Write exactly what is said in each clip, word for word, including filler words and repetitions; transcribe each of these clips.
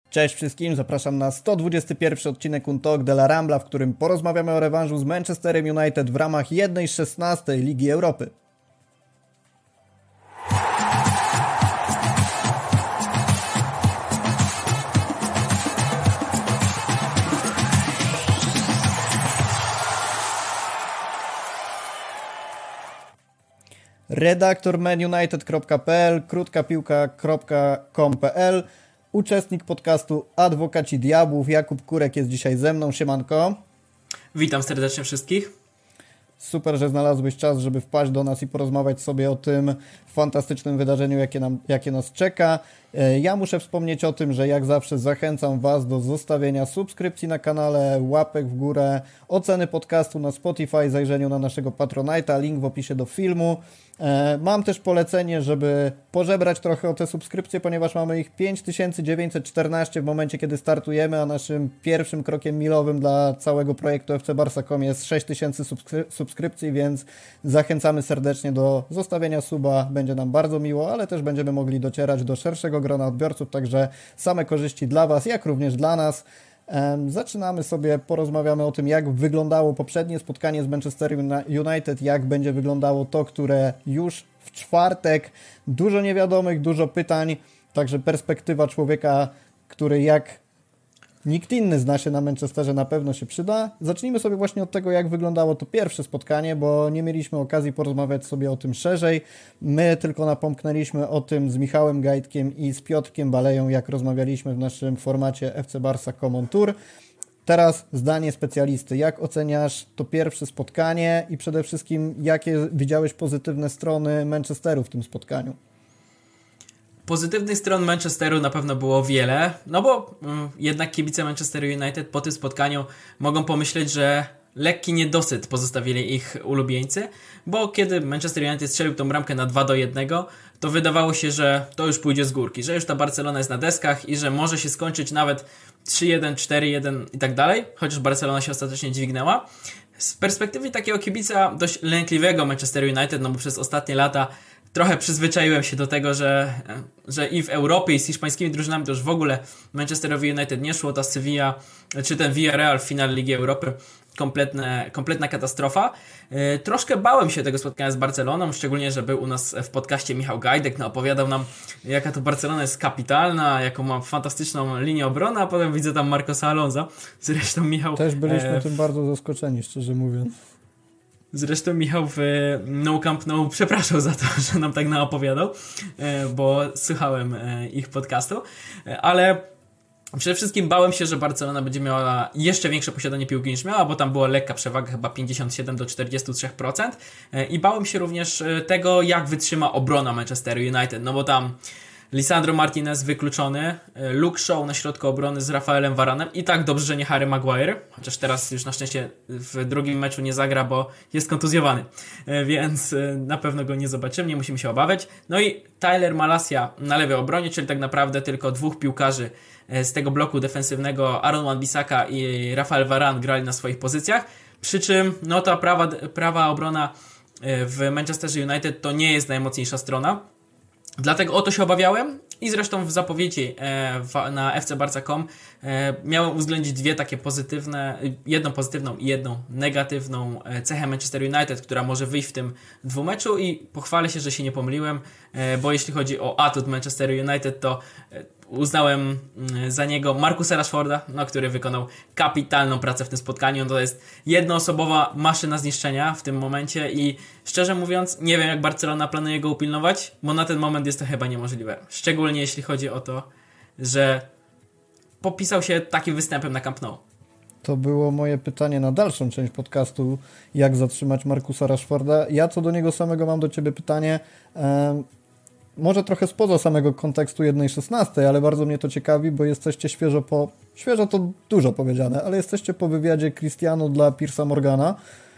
Cześć wszystkim, zapraszam na sto dwudziesty pierwszy odcinek Un Talk de la Rambla, w którym porozmawiamy o rewanżu z Manchesterem United w ramach jednej szesnastej Ligi Europy. Redaktor manunited kropka p l, krótkapiłka kropka com kropka p l, uczestnik podcastu Adwokaci Diabłów, Jakub Kurek jest dzisiaj ze mną. Siemanko. Witam serdecznie wszystkich. Super, że znalazłeś czas, żeby wpaść do nas i porozmawiać sobie o tym fantastycznym wydarzeniu, jakie, nam, jakie nas czeka. Ja muszę wspomnieć o tym, że jak zawsze zachęcam Was do zostawienia subskrypcji na kanale, łapek w górę, oceny podcastu na Spotify, zajrzeniu na naszego Patronite'a, link w opisie do filmu. Mam też polecenie, żeby pożebrać trochę o te subskrypcje, ponieważ mamy ich pięć tysięcy dziewięćset czternaście w momencie, kiedy startujemy, a naszym pierwszym krokiem milowym dla całego projektu F C Barca kropka com jest sześć tysięcy subskry- subskrypcji, więc zachęcamy serdecznie do zostawienia suba. Będzie nam bardzo miło, ale też będziemy mogli docierać do szerszego grona odbiorców, także same korzyści dla Was, jak również dla nas. Zaczynamy sobie, porozmawiamy o tym, jak wyglądało poprzednie spotkanie z Manchester United, jak będzie wyglądało to, które już w czwartek. Dużo niewiadomych, dużo pytań, także perspektywa człowieka, który jak nikt inny zna się na Manchesterze, na pewno się przyda. Zacznijmy sobie właśnie od tego, jak wyglądało to pierwsze spotkanie, bo nie mieliśmy okazji porozmawiać sobie o tym szerzej. My tylko napomknęliśmy o tym z Michałem Gajtkiem i z Piotrkiem Baleją, jak rozmawialiśmy w naszym formacie F C Barca Common Tour. Teraz zdanie specjalisty. Jak oceniasz to pierwsze spotkanie i przede wszystkim jakie widziałeś pozytywne strony Manchesteru w tym spotkaniu? Pozytywnych stron Manchesteru na pewno było wiele, no bo mm, jednak kibice Manchesteru United po tym spotkaniu mogą pomyśleć, że lekki niedosyt pozostawili ich ulubieńcy, bo kiedy Manchester United strzelił tą bramkę na dwa do jednego, to wydawało się, że to już pójdzie z górki, że już ta Barcelona jest na deskach i że może się skończyć nawet trzy jeden, cztery jeden i tak dalej, chociaż Barcelona się ostatecznie dźwignęła. Z perspektywy takiego kibica dość lękliwego Manchester United, no bo przez ostatnie lata trochę przyzwyczaiłem się do tego, że, że i w Europie, i z hiszpańskimi drużynami to już w ogóle Manchesterowi United nie szło, ta Sevilla, czy ten Villarreal w finale Ligi Europy, kompletne, kompletna katastrofa. Yy, troszkę bałem się tego spotkania z Barceloną, szczególnie, że był u nas w podcaście Michał Gajdek, no opowiadał nam, jaka to Barcelona jest kapitalna, jaką ma fantastyczną linię obrony, a potem widzę tam Marcosa Alonso. Zresztą Michał... Też byliśmy e, tym bardzo zaskoczeni, szczerze mówiąc. Zresztą Michał w No Camp No przepraszał za to, że nam tak naopowiadał, bo słuchałem ich podcastu, ale przede wszystkim bałem się, że Barcelona będzie miała jeszcze większe posiadanie piłki niż miała, bo tam była lekka przewaga, chyba pięćdziesiąt siedem do czterdziestu trzech procent, i bałem się również tego, jak wytrzyma obrona Manchesteru United, no bo tam Lisandro Martinez wykluczony, Luke Shaw na środku obrony z Rafaelem Varanem i tak dobrze, że nie Harry Maguire, chociaż teraz już na szczęście w drugim meczu nie zagra, bo jest kontuzjowany, więc na pewno go nie zobaczymy, nie musimy się obawiać. No i Tyler Malacia na lewej obronie, czyli tak naprawdę tylko dwóch piłkarzy z tego bloku defensywnego, Aaron Wan-Bissaka i Rafael Varane grali na swoich pozycjach, przy czym no ta prawa, prawa obrona w Manchesterze United to nie jest najmocniejsza strona. Dlatego o to się obawiałem i zresztą w zapowiedzi e, w, na F C Barca kropka com e, miałem uwzględnić dwie takie pozytywne, jedną pozytywną i jedną negatywną cechę Manchester United, która może wyjść w tym dwumeczu i pochwalę się, że się nie pomyliłem, e, bo jeśli chodzi o atut Manchester United, to e, uznałem za niego Marcusa Rashforda, no, który wykonał kapitalną pracę w tym spotkaniu. To jest jednoosobowa maszyna zniszczenia w tym momencie i szczerze mówiąc nie wiem, jak Barcelona planuje go upilnować, bo na ten moment jest to chyba niemożliwe. Szczególnie jeśli chodzi o to, że popisał się takim występem na Camp Nou. To było moje pytanie na dalszą część podcastu, jak zatrzymać Marcusa Rashforda. Ja co do niego samego mam do Ciebie pytanie, e, może trochę spoza samego kontekstu jednej szesnastej, ale bardzo mnie to ciekawi, bo jesteście świeżo po, świeżo to dużo powiedziane, ale jesteście po wywiadzie Cristiano dla Piersa Morgana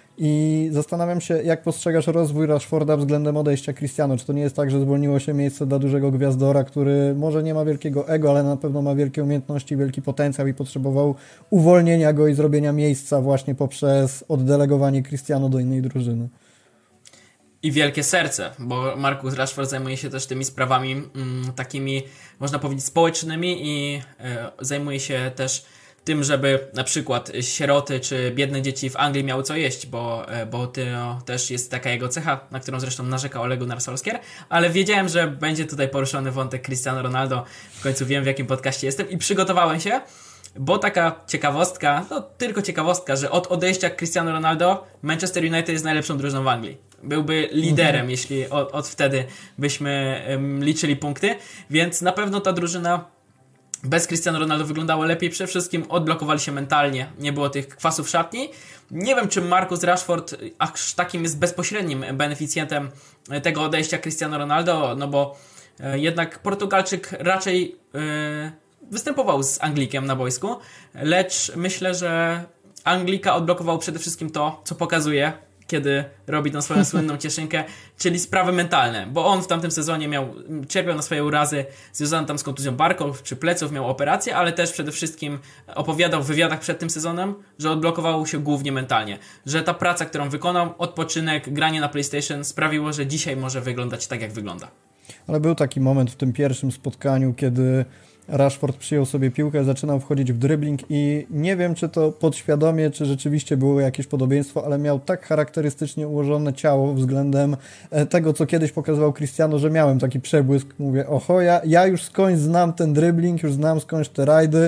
i zastanawiam się, jak postrzegasz rozwój Rashforda względem odejścia Cristiano. Czy to nie jest tak, że zwolniło się miejsce dla dużego gwiazdora, który może nie ma wielkiego ego, ale na pewno ma wielkie umiejętności, wielki potencjał i potrzebował uwolnienia go i zrobienia miejsca właśnie poprzez oddelegowanie Cristiano do innej drużyny? i wielkie serce, bo Marcus Rashford zajmuje się też tymi sprawami mm, takimi, można powiedzieć, społecznymi i e, zajmuje się też tym, żeby na przykład sieroty czy biedne dzieci w Anglii miały co jeść, bo, e, bo to też jest taka jego cecha, na którą zresztą narzeka Ole Gunnar Solskjaer, ale wiedziałem, że będzie tutaj poruszony wątek Cristiano Ronaldo, w końcu wiem, w jakim podcaście jestem i przygotowałem się, bo taka ciekawostka, no tylko ciekawostka, że od odejścia Cristiano Ronaldo Manchester United jest najlepszą drużyną w Anglii. Byłby liderem, mhm. jeśli od, od wtedy byśmy um, liczyli punkty, więc na pewno ta drużyna bez Cristiano Ronaldo wyglądała lepiej. Przede wszystkim odblokowali się mentalnie, nie było tych kwasów w szatni. Nie wiem, czy Marcus Rashford aż takim jest bezpośrednim beneficjentem tego odejścia Cristiano Ronaldo, no bo e, jednak Portugalczyk raczej e, występował z Anglikiem na boisku, lecz myślę, że Anglika odblokował przede wszystkim to, co pokazuje, kiedy robi tą swoją słynną cieszynkę, czyli sprawy mentalne, bo on w tamtym sezonie miał, cierpiał na swoje urazy związane tam z kontuzją barków czy pleców, miał operację, ale też przede wszystkim opowiadał w wywiadach przed tym sezonem, że odblokowało się głównie mentalnie, że ta praca, którą wykonał, odpoczynek, granie na PlayStation sprawiło, że dzisiaj może wyglądać tak, jak wygląda. Ale był taki moment w tym pierwszym spotkaniu, kiedy Rashford przyjął sobie piłkę, zaczynał wchodzić w dribbling i nie wiem, czy to podświadomie, czy rzeczywiście było jakieś podobieństwo, ale miał tak charakterystycznie ułożone ciało względem tego, co kiedyś pokazywał Cristiano, że miałem taki przebłysk. Mówię, oho, ja, ja już skądś znam ten dribbling, już znam skądś te rajdy.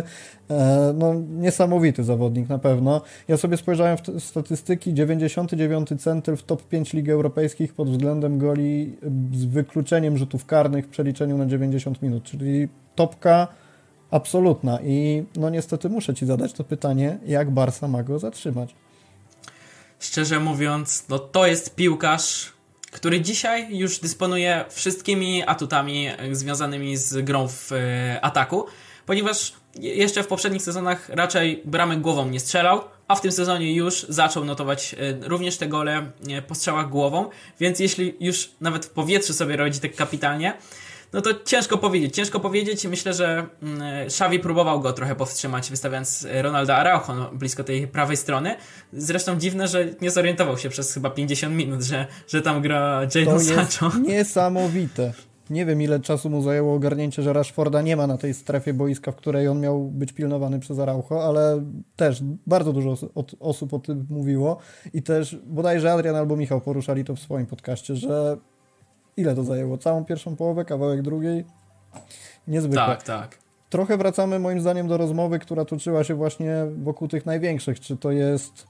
No, niesamowity zawodnik na pewno. Ja sobie spojrzałem w statystyki, dziewięćdziesiąty dziewiąty centyl w top pięć lig europejskich pod względem goli z wykluczeniem rzutów karnych w przeliczeniu na dziewięćdziesiąt minut, czyli topka absolutna i no niestety muszę Ci zadać to pytanie, jak Barca ma go zatrzymać? Szczerze mówiąc, no to jest piłkarz, który dzisiaj już dysponuje wszystkimi atutami związanymi z grą w e, ataku, ponieważ jeszcze w poprzednich sezonach raczej bramek głową nie strzelał, a w tym sezonie już zaczął notować e, również te gole e, po strzałach głową, więc jeśli już nawet w powietrzu sobie rodzi tak kapitalnie, no to ciężko powiedzieć, ciężko powiedzieć. Myślę, że Xavi próbował go trochę powstrzymać, wystawiając Ronalda Araujo blisko tej prawej strony. Zresztą dziwne, że nie zorientował się przez chyba pięćdziesiąt minut, że, że tam gra Jadon Sancho. To jest niesamowite. Nie wiem, ile czasu mu zajęło ogarnięcie, że Rashforda nie ma na tej strefie boiska, w której on miał być pilnowany przez Araujo, ale też bardzo dużo osób o tym mówiło i też bodajże Adrian albo Michał poruszali to w swoim podcaście, że ile to zajęło? Całą pierwszą połowę, kawałek drugiej? Niezwykle. Tak, tak. Trochę wracamy moim zdaniem do rozmowy, która toczyła się właśnie wokół tych największych. Czy to jest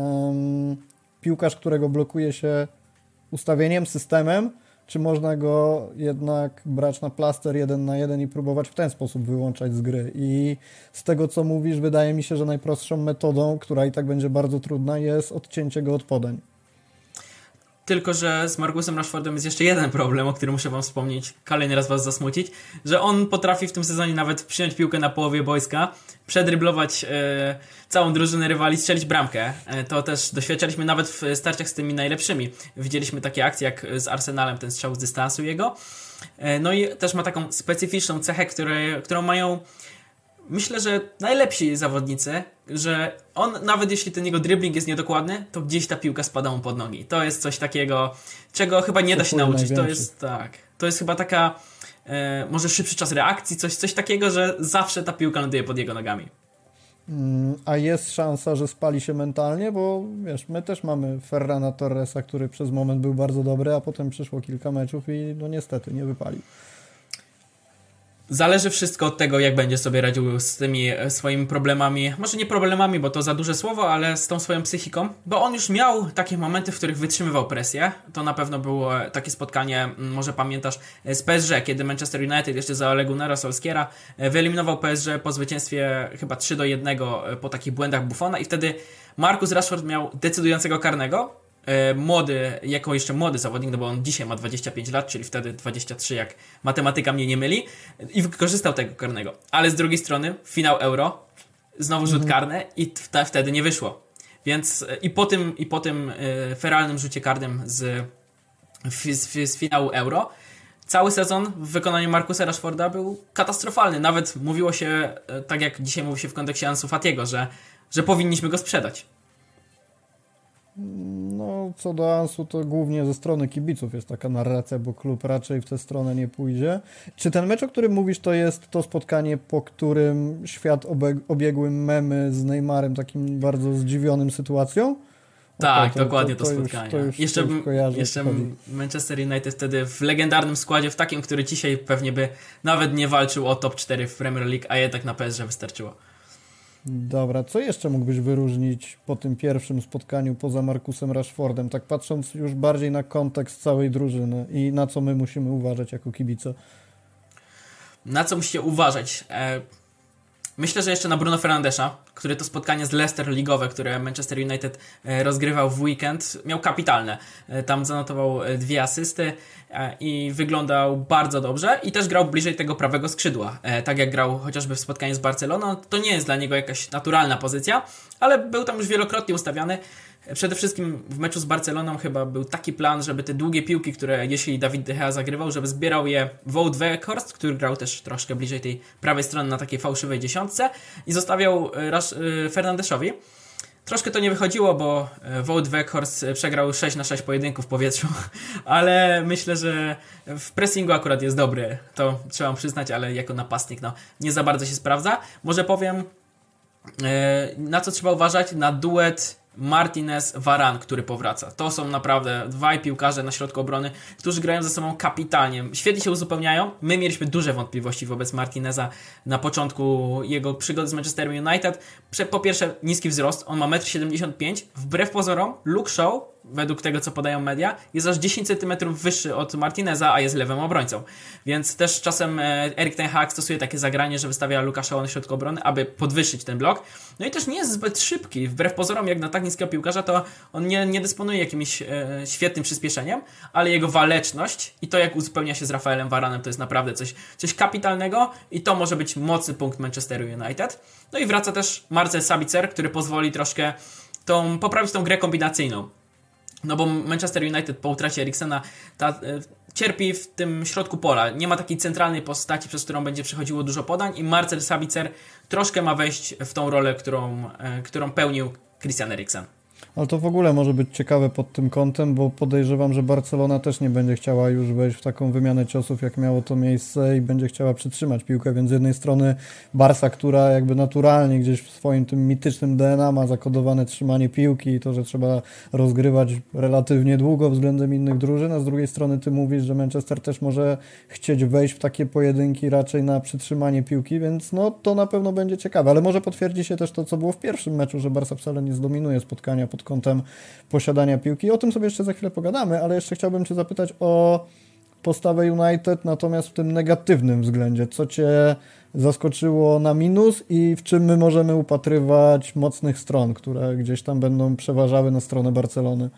um, piłkarz, którego blokuje się ustawieniem, systemem, czy można go jednak brać na plaster jeden na jeden i próbować w ten sposób wyłączać z gry? I z tego, co mówisz, wydaje mi się, że najprostszą metodą, która i tak będzie bardzo trudna, jest odcięcie go od podań. Tylko że z Marcusem Rashfordem jest jeszcze jeden problem, o którym muszę wam wspomnieć, kolejny raz was zasmucić, że on potrafi w tym sezonie nawet przyjąć piłkę na połowie boiska, przedryblować e, całą drużynę rywali, strzelić bramkę. E, to też doświadczaliśmy nawet w starciach z tymi najlepszymi. Widzieliśmy takie akcje jak z Arsenalem, ten strzał z dystansu jego. E, no i też ma taką specyficzną cechę, które, którą mają, myślę, że najlepsi zawodnicy, że on, nawet jeśli ten jego dribbling jest niedokładny, to gdzieś ta piłka spada mu pod nogi. To jest coś takiego, czego chyba nie da się nauczyć. To jest tak. To jest chyba taka e, może szybszy czas reakcji, coś, coś takiego, że zawsze ta piłka ląduje pod jego nogami. Mm, a jest szansa, że spali się mentalnie, bo wiesz, my też mamy Ferrana Torresa, który przez moment był bardzo dobry, a potem przyszło kilka meczów i no niestety nie wypalił. Zależy wszystko od tego, jak będzie sobie radził z tymi swoimi problemami, może nie problemami, bo to za duże słowo, ale z tą swoją psychiką, bo on już miał takie momenty, w których wytrzymywał presję. To na pewno było takie spotkanie, może pamiętasz, z P S G, kiedy Manchester United jeszcze za Ole Gunnara Solskjaera wyeliminował P S G po zwycięstwie chyba trzy do jednego po takich błędach Buffona i wtedy Marcus Rashford miał decydującego karnego. Młody, jako jeszcze młody zawodnik, no bo on dzisiaj ma dwadzieścia pięć lat, czyli wtedy dwadzieścia trzy, jak matematyka mnie nie myli, i wykorzystał tego karnego. Ale z drugiej strony finał Euro, znowu rzut mhm. karny i t- wtedy nie wyszło. Więc i po tym, i po tym y, feralnym rzucie karnym z, z, z finału Euro cały sezon w wykonaniu Marcusa Rashforda był katastrofalny. Nawet mówiło się, tak jak dzisiaj mówi się w kontekście Ansu Fatiego, że, że powinniśmy go sprzedać. No, co do Ansu, to głównie ze strony kibiców jest taka narracja, bo klub raczej w tę stronę nie pójdzie. Czy ten mecz, o którym mówisz, to jest to spotkanie, po którym świat obiegły memy z Neymarem, takim bardzo zdziwionym sytuacją? Tak, to, to, dokładnie to, to, to już, spotkanie. to już, jeszcze to już kojarzę, jeszcze Manchester United wtedy w legendarnym składzie, w takim, który dzisiaj pewnie by nawet nie walczył o top cztery w Premier League, a jednak na P S G wystarczyło. Dobra, co jeszcze mógłbyś wyróżnić po tym pierwszym spotkaniu poza Marcusem Rashfordem, tak patrząc już bardziej na kontekst całej drużyny i na co my musimy uważać jako kibice? Na co musicie uważać? E, myślę, że jeszcze na Bruno Fernandesza, który to spotkanie z Leicester ligowe, które Manchester United e, rozgrywał w weekend, miał kapitalne. E, tam zanotował e, dwie asysty e, i wyglądał bardzo dobrze i też grał bliżej tego prawego skrzydła. E, tak jak grał chociażby w spotkaniu z Barceloną, to nie jest dla niego jakaś naturalna pozycja, ale był tam już wielokrotnie ustawiany. Przede wszystkim w meczu z Barceloną chyba był taki plan, żeby te długie piłki, które jeśli David De Gea zagrywał, żeby zbierał je Wout Weghorst, który grał też troszkę bliżej tej prawej strony na takiej fałszywej dziesiątce i zostawiał Fernandeszowi. Troszkę to nie wychodziło, bo Wout Weghorst przegrał sześć na sześć pojedynków w powietrzu, ale myślę, że w pressingu akurat jest dobry, to trzeba przyznać, ale jako napastnik no, nie za bardzo się sprawdza. Może powiem, na co trzeba uważać, na duet Martinez-Varane, który powraca. To są naprawdę dwaj piłkarze na środku obrony, którzy grają ze sobą kapitalnie. Świetnie się uzupełniają. My mieliśmy duże wątpliwości wobec Martineza na początku jego przygody z Manchester United. Po pierwsze, niski wzrost. On ma metr siedemdziesiąt pięć. Wbrew pozorom, Luke Shaw, według tego, co podają media, jest aż dziesięć centymetrów wyższy od Martineza, a jest lewym obrońcą. Więc też czasem Erik ten Hag stosuje takie zagranie, że wystawia Luka Shawa na środku obrony, aby podwyższyć ten blok. No i też nie jest zbyt szybki. Wbrew pozorom, jak na tak niskiego piłkarza, to on nie, nie dysponuje jakimś e, świetnym przyspieszeniem, ale jego waleczność i to, jak uzupełnia się z Rafaelem Varanem, to jest naprawdę coś, coś kapitalnego i to może być mocny punkt Manchesteru United. No i wraca też Marcel Sabitzer, który pozwoli troszkę tą, poprawić tą grę kombinacyjną. No bo Manchester United po utracie Eriksena ta, e, cierpi w tym środku pola. Nie ma takiej centralnej postaci, przez którą będzie przechodziło dużo podań i Marcel Sabitzer troszkę ma wejść w tą rolę, którą, e, którą pełnił Christian Eriksen. Ale to w ogóle może być ciekawe pod tym kątem, bo podejrzewam, że Barcelona też nie będzie chciała już wejść w taką wymianę ciosów, jak miało to miejsce i będzie chciała przytrzymać piłkę, więc z jednej strony Barca, która jakby naturalnie gdzieś w swoim tym mitycznym D N A ma zakodowane trzymanie piłki i to, że trzeba rozgrywać relatywnie długo względem innych drużyn, a z drugiej strony ty mówisz, że Manchester też może chcieć wejść w takie pojedynki raczej na przytrzymanie piłki, więc no to na pewno będzie ciekawe, ale może potwierdzi się też to, co było w pierwszym meczu, że Barca wcale nie zdominuje spotkania pod kątem posiadania piłki. O tym sobie jeszcze za chwilę pogadamy, ale jeszcze chciałbym Cię zapytać o postawę United, natomiast w tym negatywnym względzie. Co Cię zaskoczyło na minus i w czym my możemy upatrywać mocnych stron, które gdzieś tam będą przeważały na stronę Barcelony?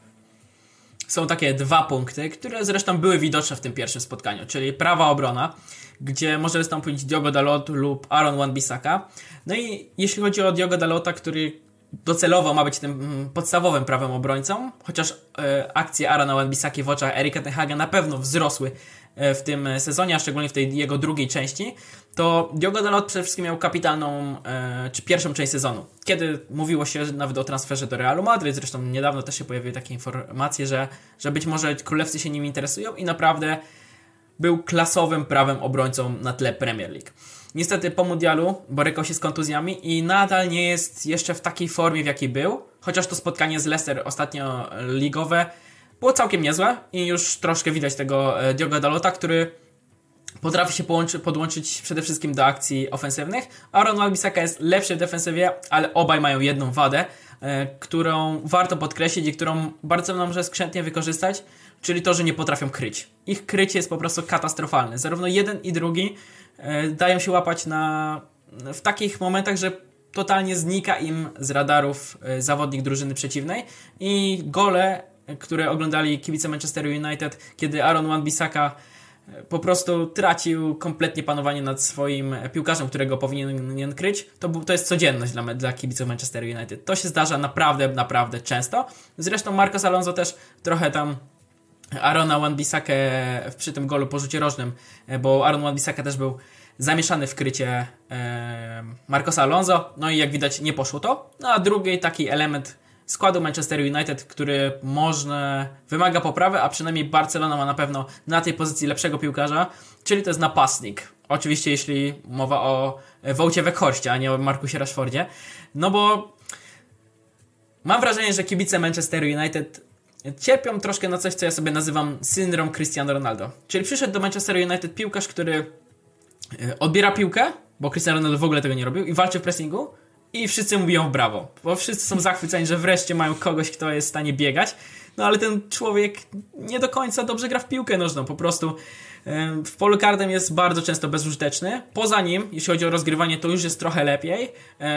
Są takie dwa punkty, które zresztą były widoczne w tym pierwszym spotkaniu, czyli prawa obrona, gdzie może wystąpić Diogo Dalot lub Aaron Wan-Bissaka. No i jeśli chodzi o Diogo Dalota, który docelowo ma być tym podstawowym prawym obrońcą, chociaż e, akcje Aarona Wan-Bissaki w oczach Erika ten Haga na pewno wzrosły e, w tym sezonie, a szczególnie w tej jego drugiej części, to Diogo Dalot przede wszystkim miał kapitalną, e, czy pierwszą część sezonu, kiedy mówiło się nawet o transferze do Realu Madryt, zresztą niedawno też się pojawiły takie informacje, że, że być może królewscy się nim interesują i naprawdę był klasowym prawym obrońcą na tle Premier League. Niestety po mundialu borykał się z kontuzjami i nadal nie jest jeszcze w takiej formie, w jakiej był, chociaż to spotkanie z Leicester ostatnio ligowe było całkiem niezłe i już troszkę widać tego Diogo Dalota, który potrafi się połączy, podłączyć przede wszystkim do akcji ofensywnych. Aaron Wan-Bissaka jest lepszy w defensywie, ale obaj mają jedną wadę, e, którą warto podkreślić i którą Barcelona może skrzętnie wykorzystać, czyli to, że nie potrafią kryć. Ich krycie jest po prostu katastrofalne. Zarówno jeden i drugi e, dają się łapać na, w takich momentach, że totalnie znika im z radarów e, zawodnik drużyny przeciwnej i gole, które oglądali kibice Manchesteru United, kiedy Aaron Wan-Bissaka po prostu tracił kompletnie panowanie nad swoim piłkarzem, którego powinien kryć, to, to jest codzienność dla, dla kibiców Manchester United. To się zdarza naprawdę, naprawdę często. Zresztą Marcos Alonso też trochę tam Aarona Wan-Bissakę przy tym golu po rzucie rożnym, bo Aaron Wan-Bissaka też był zamieszany w krycie e, Marcosa Alonso, no i jak widać nie poszło to. No a drugi taki element składu Manchester United, który można, wymaga poprawy, a przynajmniej Barcelona ma na pewno na tej pozycji lepszego piłkarza, czyli to jest napastnik. Oczywiście jeśli mowa o Woucie Weghorście, a nie o Marcusie Rashfordzie. No bo mam wrażenie, że kibice Manchester United cierpią troszkę na coś, co ja sobie nazywam syndrom Cristiano Ronaldo. Czyli przyszedł do Manchester United piłkarz, który odbiera piłkę, bo Cristiano Ronaldo w ogóle tego nie robił, i walczy w pressingu i wszyscy mu biją w brawo, bo wszyscy są zachwyceni, że wreszcie mają kogoś, kto jest w stanie biegać. No ale ten człowiek nie do końca dobrze gra w piłkę nożną, po prostu w polu karnym jest bardzo często bezużyteczny. Poza nim, jeśli chodzi o rozgrywanie, to już jest trochę lepiej,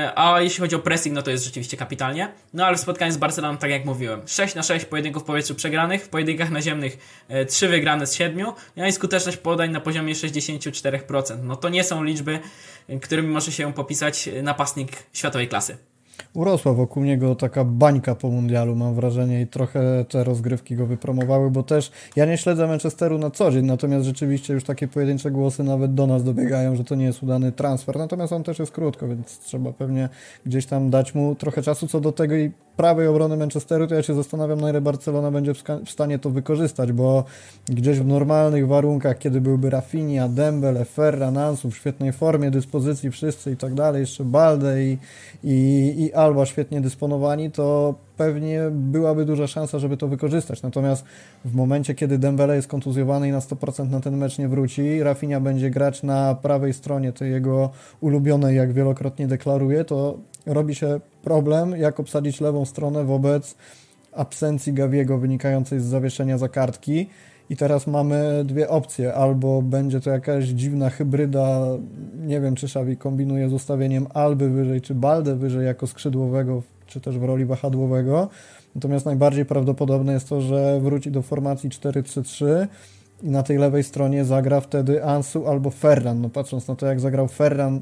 a jeśli chodzi o pressing, no to jest rzeczywiście kapitalnie. No ale w spotkaniu z Barceloną, tak jak mówiłem, sześć na sześć pojedynków w powietrzu przegranych, w pojedynkach naziemnych trzy wygrane z siedmiu, no i skuteczność podań na poziomie sześćdziesiąt cztery procent. No to nie są liczby, którymi może się popisać napastnik światowej klasy. Urosła wokół niego taka bańka po mundialu, mam wrażenie, i trochę te rozgrywki go wypromowały, bo też ja nie śledzę Manchesteru na co dzień, natomiast rzeczywiście już takie pojedyncze głosy nawet do nas dobiegają, że to nie jest udany transfer, natomiast on też jest krótko, więc trzeba pewnie gdzieś tam dać mu trochę czasu. Co do tego i prawej obrony Manchesteru, to ja się zastanawiam, na ile Barcelona będzie w stanie to wykorzystać, bo gdzieś w normalnych warunkach, kiedy byłby Rafinha, Dembele, Ferran, Ansu w świetnej formie, dyspozycji wszyscy i tak dalej, jeszcze Balde i, i, i Alba świetnie dysponowani, to pewnie byłaby duża szansa, żeby to wykorzystać. Natomiast w momencie, kiedy Dembele jest kontuzjowany i na sto procent na ten mecz nie wróci, Rafinha będzie grać na prawej stronie tej jego ulubionej, jak wielokrotnie deklaruje, to robi się problem, jak obsadzić lewą stronę wobec absencji Gaviego wynikającej z zawieszenia za kartki. I teraz mamy dwie opcje. Albo będzie to jakaś dziwna hybryda, nie wiem, czy Xavi kombinuje z ustawieniem Alby wyżej, czy Balde wyżej jako skrzydłowego, czy też w roli wahadłowego. Natomiast najbardziej prawdopodobne jest to, że wróci do formacji cztery trzy trzy i na tej lewej stronie zagra wtedy Ansu albo Ferran. No patrząc na to, jak zagrał Ferran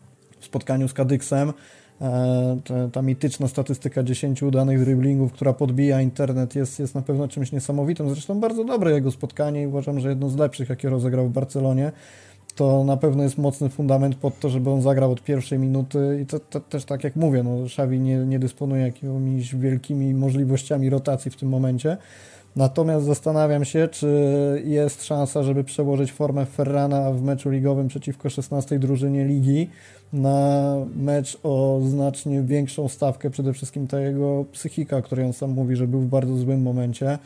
w spotkaniu z Cadixem, Ta, ta mityczna statystyka dziesięciu udanych driblingów, która podbija internet, jest, jest na pewno czymś niesamowitym. Zresztą bardzo dobre jego spotkanie i uważam, że jedno z lepszych, jakie rozegrał w Barcelonie. To na pewno jest mocny fundament pod to, żeby on zagrał od pierwszej minuty i to, to też tak jak mówię, no Xavi nie, nie dysponuje jakimiś wielkimi możliwościami rotacji w tym momencie. Natomiast zastanawiam się, czy jest szansa, żeby przełożyć formę Ferrana w meczu ligowym przeciwko szesnastej drużynie ligi na mecz o znacznie większą stawkę, przede wszystkim ta jego psychika, o której on sam mówi, że był w bardzo złym momencie.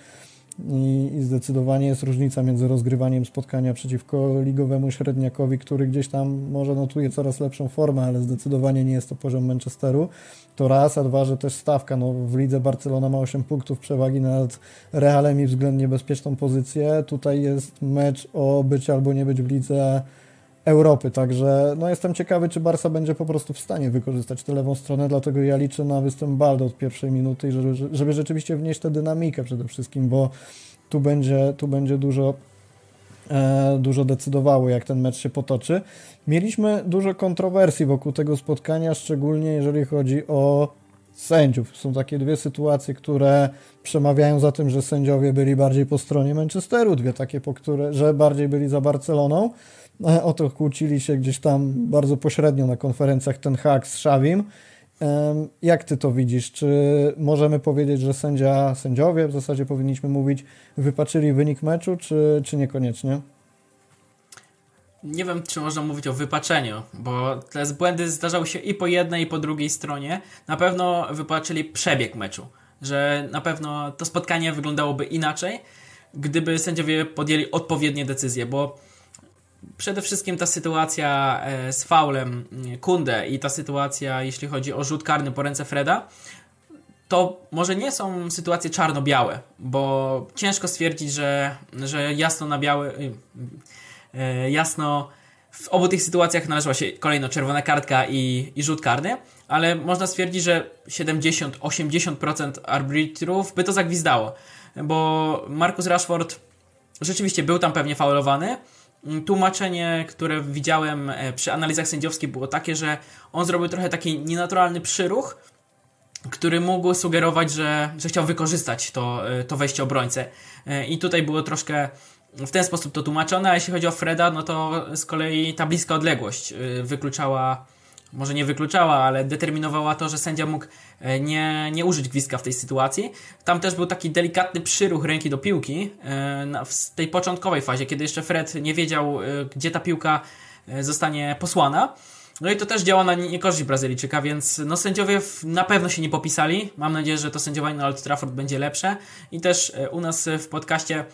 I, I zdecydowanie jest różnica między rozgrywaniem spotkania przeciwko ligowemu średniakowi, który gdzieś tam może notuje coraz lepszą formę, ale zdecydowanie nie jest to poziom Manchesteru. To raz, a dwa, że też stawka. No, w lidze Barcelona ma osiem punktów przewagi nad Realem i względnie bezpieczną pozycję. Tutaj jest mecz o być albo nie być w lidze Europy, także no jestem ciekawy, czy Barca będzie po prostu w stanie wykorzystać tę lewą stronę, dlatego ja liczę na występ Balde od pierwszej minuty i żeby, żeby rzeczywiście wnieść tę dynamikę przede wszystkim, bo tu będzie, tu będzie dużo, e, dużo decydowało, jak ten mecz się potoczy. Mieliśmy dużo kontrowersji wokół tego spotkania, szczególnie jeżeli chodzi o sędziów. Są takie dwie sytuacje, które przemawiają za tym, że sędziowie byli bardziej po stronie Manchesteru, dwie takie, po które, że bardziej byli za Barceloną. O to kłócili się gdzieś tam bardzo pośrednio na konferencjach Ten Hag z Xavim. Jak ty to widzisz? Czy możemy powiedzieć, że sędzia, sędziowie, w zasadzie powinniśmy mówić, wypaczyli wynik meczu, czy, czy niekoniecznie? Nie wiem, czy można mówić o wypaczeniu, bo te błędy zdarzały się i po jednej, i po drugiej stronie. Na pewno wypaczyli przebieg meczu, że na pewno to spotkanie wyglądałoby inaczej, gdyby sędziowie podjęli odpowiednie decyzje, bo przede wszystkim ta sytuacja z faulem Kunde i ta sytuacja, jeśli chodzi o rzut karny po ręce Freda, to może nie są sytuacje czarno-białe, bo ciężko stwierdzić, że, że jasno na biały, jasno w obu tych sytuacjach należała się kolejno czerwona kartka i, i rzut karny, ale można stwierdzić, że siedemdziesiąt do osiemdziesięciu procent arbitrów by to zagwizdało, bo Marcus Rashford rzeczywiście był tam pewnie faulowany. Tłumaczenie, które widziałem przy analizach sędziowskich, było takie, że on zrobił trochę taki nienaturalny przyruch, który mógł sugerować, że, że chciał wykorzystać to, to wejście obrońcę. I tutaj było troszkę w ten sposób to tłumaczone, a jeśli chodzi o Freda, no to z kolei ta bliska odległość wykluczała może nie wykluczała, ale determinowała to, że sędzia mógł nie, nie użyć gwizdka w tej sytuacji. Tam też był taki delikatny przyruch ręki do piłki w tej początkowej fazie, kiedy jeszcze Fred nie wiedział, gdzie ta piłka zostanie posłana. No i to też działa na niekorzyść Brazylijczyka, więc no sędziowie na pewno się nie popisali. Mam nadzieję, że to sędziowanie na Old Trafford będzie lepsze. I też u nas w podcaście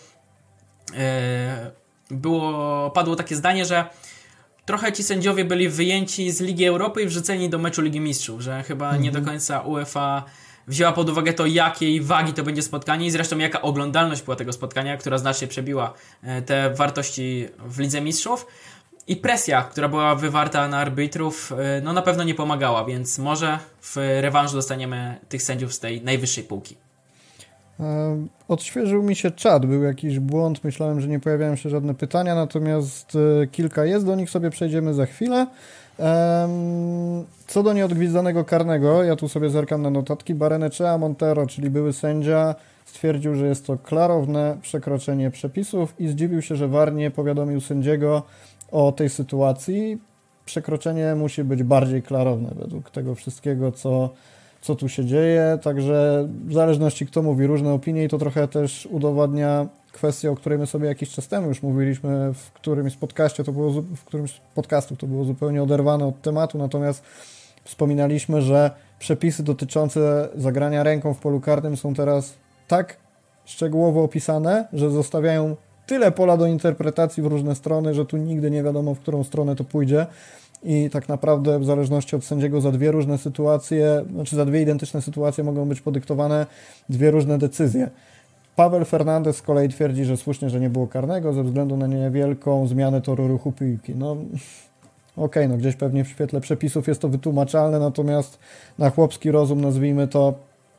było, padło takie zdanie, że trochę ci sędziowie byli wyjęci z Ligi Europy i wrzuceni do meczu Ligi Mistrzów, że chyba mhm. nie do końca UEFA wzięła pod uwagę to, jakiej wagi to będzie spotkanie i zresztą jaka oglądalność była tego spotkania, która znacznie przebiła te wartości w Lidze Mistrzów. I presja, która była wywarta na arbitrów, no na pewno nie pomagała, więc może w rewanżu dostaniemy tych sędziów z tej najwyższej półki. Odświeżył mi się czat, był jakiś błąd, myślałem, że nie pojawiają się żadne pytania, natomiast kilka jest, do nich sobie przejdziemy za chwilę. Co do nieodgwizdanego karnego, ja tu sobie zerkam na notatki, Barrenechea Montero, czyli były sędzia, stwierdził, że jest to klarowne przekroczenie przepisów i zdziwił się, że V A R nie powiadomił sędziego o tej sytuacji. Przekroczenie musi być bardziej klarowne według tego wszystkiego, co, co tu się dzieje, także w zależności kto mówi różne opinie i to trochę też udowadnia kwestię, o której my sobie jakiś czas temu już mówiliśmy w którymś z podcaście, to było, w którymś z podcastów to było zupełnie oderwane od tematu, natomiast wspominaliśmy, że przepisy dotyczące zagrania ręką w polu karnym są teraz tak szczegółowo opisane, że zostawiają tyle pola do interpretacji w różne strony, że tu nigdy nie wiadomo, w którą stronę to pójdzie i tak naprawdę w zależności od sędziego za dwie różne sytuacje, znaczy za dwie identyczne sytuacje mogą być podyktowane dwie różne decyzje. Paweł Fernandez z kolei twierdzi, że słusznie, że nie było karnego ze względu na niewielką zmianę toru ruchu piłki. No okej, okay, no gdzieś pewnie w świetle przepisów jest to wytłumaczalne, natomiast na chłopski rozum, nazwijmy to,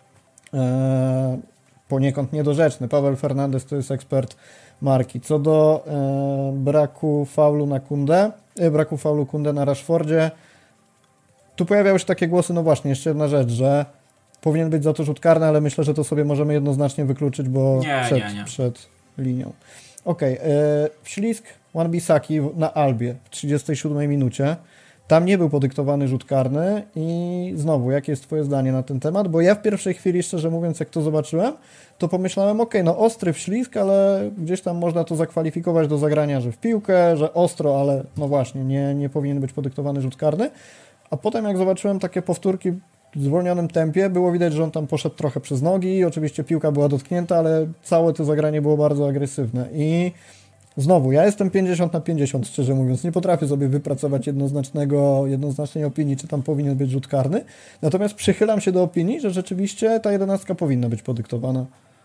e, poniekąd niedorzeczny. Paweł Fernandez to jest ekspert marki. Co do e, braku faulu na Kundę, e, braku faulu Kundę na Rashfordzie, tu pojawiały się takie głosy, no właśnie, jeszcze jedna rzecz, że powinien być za to rzut karny, ale myślę, że to sobie możemy jednoznacznie wykluczyć, bo nie, przed, nie, nie. przed linią. Okej, okay, e, wślizg Wan-Bissaki na Albie w trzydziestej siódmej minucie. Tam nie był podyktowany rzut karny i znowu, jakie jest twoje zdanie na ten temat? Bo ja w pierwszej chwili, szczerze mówiąc, jak to zobaczyłem, to pomyślałem, ok, no ostry wślizg, ale gdzieś tam można to zakwalifikować do zagrania, że w piłkę, że ostro, ale no właśnie, nie, nie powinien być podyktowany rzut karny. A potem jak zobaczyłem takie powtórki w zwolnionym tempie, było widać, że on tam poszedł trochę przez nogi, oczywiście piłka była dotknięta, ale całe to zagranie było bardzo agresywne i znowu, ja jestem pięćdziesiąt na pięćdziesiąt, szczerze mówiąc. Nie potrafię sobie wypracować jednoznacznego, jednoznacznej opinii, czy tam powinien być rzut karny. Natomiast przychylam się do opinii, że rzeczywiście ta jedenastka powinna być podyktowana.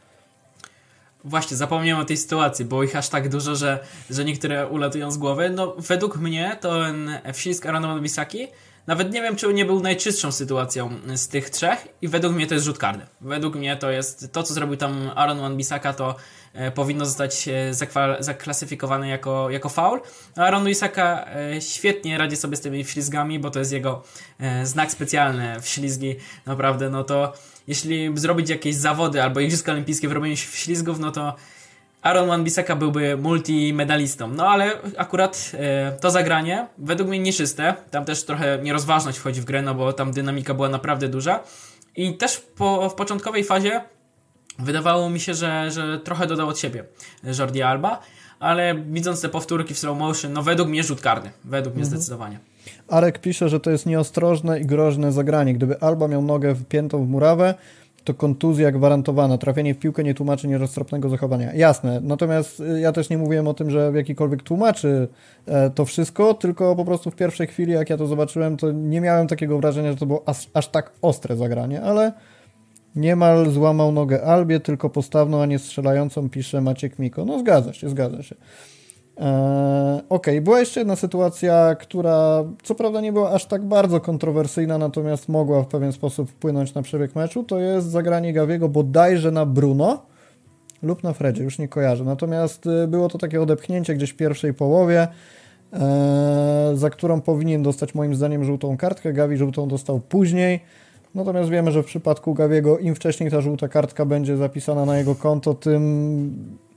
Właśnie, zapomniałem o tej sytuacji, było ich aż tak dużo, że, że niektóre ulatują z głowy. No, według mnie to ten wślizg Arona Wan-Bissaki, nawet nie wiem, czy nie był najczystszą sytuacją z tych trzech i według mnie to jest rzut karny. Według mnie to jest to, co zrobił tam Aaron Wan-Bissaka, to e, powinno zostać e, zakwa- zaklasyfikowane jako, jako faul. Aaron Wan-Bissaka e, świetnie radzi sobie z tymi wślizgami, bo to jest jego e, znak specjalny, wślizgi. Naprawdę, no to jeśli zrobić jakieś zawody albo Igrzyska Olimpijskie w robieniu wślizgów, no to Aaron Wan-Bissaka byłby multimedalistą. No ale akurat e, to zagranie według mnie nieczyste. Tam też trochę nierozważność wchodzi w grę, no bo tam dynamika była naprawdę duża. I też po, w początkowej fazie wydawało mi się, że, że trochę dodał od siebie Jordi Alba, ale widząc te powtórki w slow motion, no według mnie rzut karny. Według mnie mhm. zdecydowanie. Arek pisze, że to jest nieostrożne i groźne zagranie. Gdyby Alba miał nogę wpiętą w murawę, to kontuzja gwarantowana. Trafienie w piłkę nie tłumaczy nieroztropnego zachowania. Jasne, natomiast ja też nie mówiłem o tym, że w jakikolwiek tłumaczy to wszystko, tylko po prostu w pierwszej chwili, jak ja to zobaczyłem, to nie miałem takiego wrażenia, że to było aż, aż tak ostre zagranie, ale niemal złamał nogę Albie, tylko postawną, a nie strzelającą, pisze Maciek Miko. No zgadza się, zgadza się. Eee, Okej, okay. Była jeszcze jedna sytuacja, która co prawda nie była aż tak bardzo kontrowersyjna, natomiast mogła w pewien sposób wpłynąć na przebieg meczu, to jest zagranie Gaviego bodajże na Bruno lub na Fredzie, już nie kojarzę, natomiast było to takie odepchnięcie gdzieś w pierwszej połowie, eee, za którą powinien dostać moim zdaniem żółtą kartkę. Gavi żółtą dostał później, natomiast wiemy, że w przypadku Gaviego im wcześniej ta żółta kartka będzie zapisana na jego konto, tym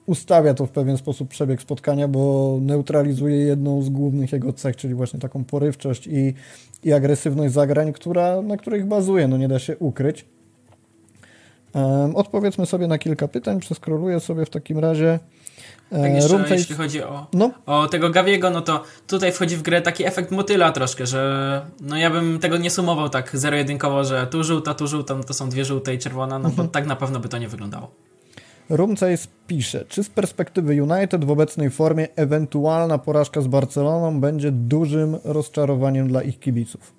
ustawia to w pewien sposób przebieg spotkania, bo neutralizuje jedną z głównych jego cech, czyli właśnie taką porywczość i, i agresywność zagrań, która, na których bazuje, no nie da się ukryć. Um, odpowiedzmy sobie na kilka pytań, przeskroluję sobie w takim razie. Tak jeszcze, Rumface... jeśli chodzi o, no. o tego Gaviego, no to tutaj wchodzi w grę taki efekt motyla troszkę, że no ja bym tego nie sumował tak zero-jedynkowo, że tu żółta, tu żółta, no to są dwie żółte i czerwona, no mhm. bo tak na pewno by to nie wyglądało. Rumcace pisze, czy z perspektywy United w obecnej formie ewentualna porażka z Barceloną będzie dużym rozczarowaniem dla ich kibiców?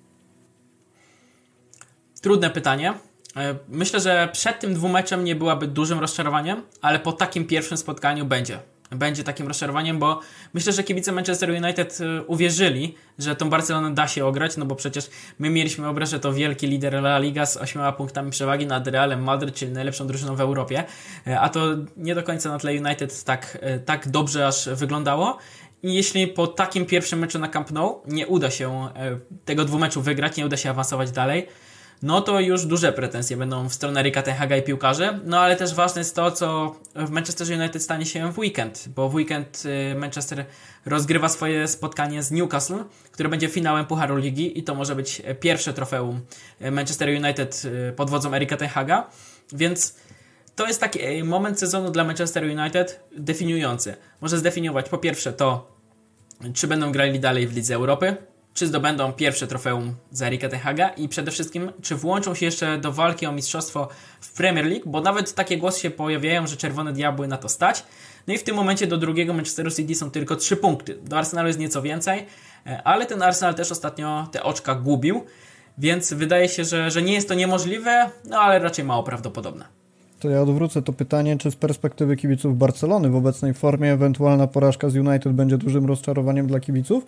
Trudne pytanie. Myślę, że przed tym dwumeczem nie byłaby dużym rozczarowaniem, ale po takim pierwszym spotkaniu będzie. Będzie takim rozczarowaniem, bo myślę, że kibice Manchester United uwierzyli, że tą Barcelonę da się ograć, no bo przecież my mieliśmy obraz, że to wielki lider La Liga z ośmioma punktami przewagi nad Realem Madryt, czyli najlepszą drużyną w Europie, a to nie do końca na tle United tak, tak dobrze aż wyglądało. I jeśli po takim pierwszym meczu na Camp Nou nie uda się tego dwumeczu wygrać, nie uda się awansować dalej, no to już duże pretensje będą w stronę Erika ten Haga i piłkarzy, no ale też ważne jest to, co w Manchester United stanie się w weekend, bo w weekend Manchester rozgrywa swoje spotkanie z Newcastle, które będzie finałem Pucharu Ligi i to może być pierwsze trofeum Manchester United pod wodzą Erika ten Haga, więc to jest taki moment sezonu dla Manchester United definiujący. Może zdefiniować po pierwsze to, czy będą grali dalej w Lidze Europy, czy zdobędą pierwsze trofeum za Erika ten Haga i przede wszystkim, czy włączą się jeszcze do walki o mistrzostwo w Premier League, bo nawet takie głosy się pojawiają, że Czerwone Diabły na to stać. No i w tym momencie do drugiego Manchesteru City są tylko trzy punkty. Do Arsenalu jest nieco więcej, ale ten Arsenal też ostatnio te oczka gubił, więc wydaje się, że, że nie jest to niemożliwe, no ale raczej mało prawdopodobne. To ja odwrócę to pytanie, czy z perspektywy kibiców Barcelony w obecnej formie ewentualna porażka z United będzie dużym rozczarowaniem dla kibiców?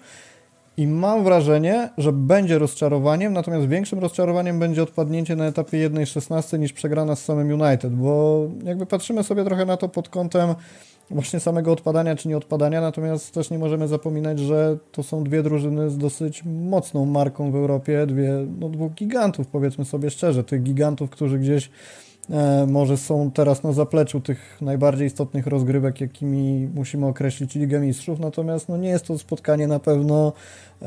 I mam wrażenie, że będzie rozczarowaniem, natomiast większym rozczarowaniem będzie odpadnięcie na etapie jeden szesnaście niż przegrana z samym United, bo jakby patrzymy sobie trochę na to pod kątem właśnie samego odpadania czy nie odpadania, natomiast też nie możemy zapominać, że to są dwie drużyny z dosyć mocną marką w Europie, dwie, no dwóch gigantów, powiedzmy sobie szczerze, tych gigantów, którzy gdzieś e, może są teraz na zapleczu tych najbardziej istotnych rozgrywek, jakimi musimy określić Ligę Mistrzów, natomiast no nie jest to spotkanie na pewno e,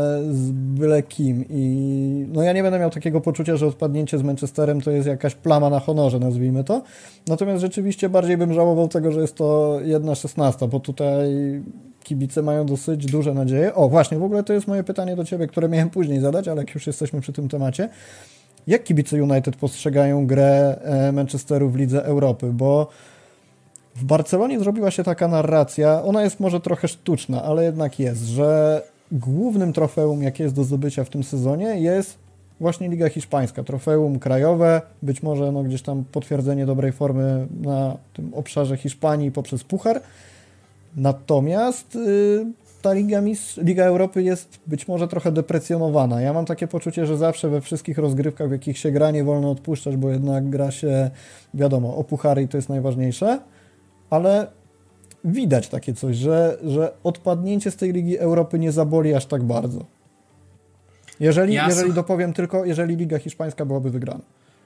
z byle kim i no ja nie będę miał takiego poczucia, że odpadnięcie z Manchesterem to jest jakaś plama na honorze, nazwijmy to, natomiast rzeczywiście bardziej bym żałował tego, że jest to jedna szesnasta, bo tutaj kibice mają dosyć duże nadzieje. O, właśnie, w ogóle to jest moje pytanie do Ciebie, które miałem później zadać, ale jak już jesteśmy przy tym temacie, jak kibice United postrzegają grę Manchesteru w Lidze Europy, bo w Barcelonie zrobiła się taka narracja, ona jest może trochę sztuczna, ale jednak jest, że głównym trofeum, jakie jest do zdobycia w tym sezonie, jest właśnie Liga Hiszpańska, trofeum krajowe, być może no gdzieś tam potwierdzenie dobrej formy na tym obszarze Hiszpanii poprzez Puchar. Natomiast yy, ta Liga, Mistrz, Liga Europy jest być może trochę deprecjonowana. Ja mam takie poczucie, że zawsze we wszystkich rozgrywkach, w jakich się gra, nie wolno odpuszczać, bo jednak gra się, wiadomo, o puchary i to jest najważniejsze, ale widać takie coś, że, że odpadnięcie z tej Ligi Europy nie zaboli aż tak bardzo. Jeżeli, ja jeżeli dopowiem tylko, jeżeli Liga Hiszpańska byłaby wygrana.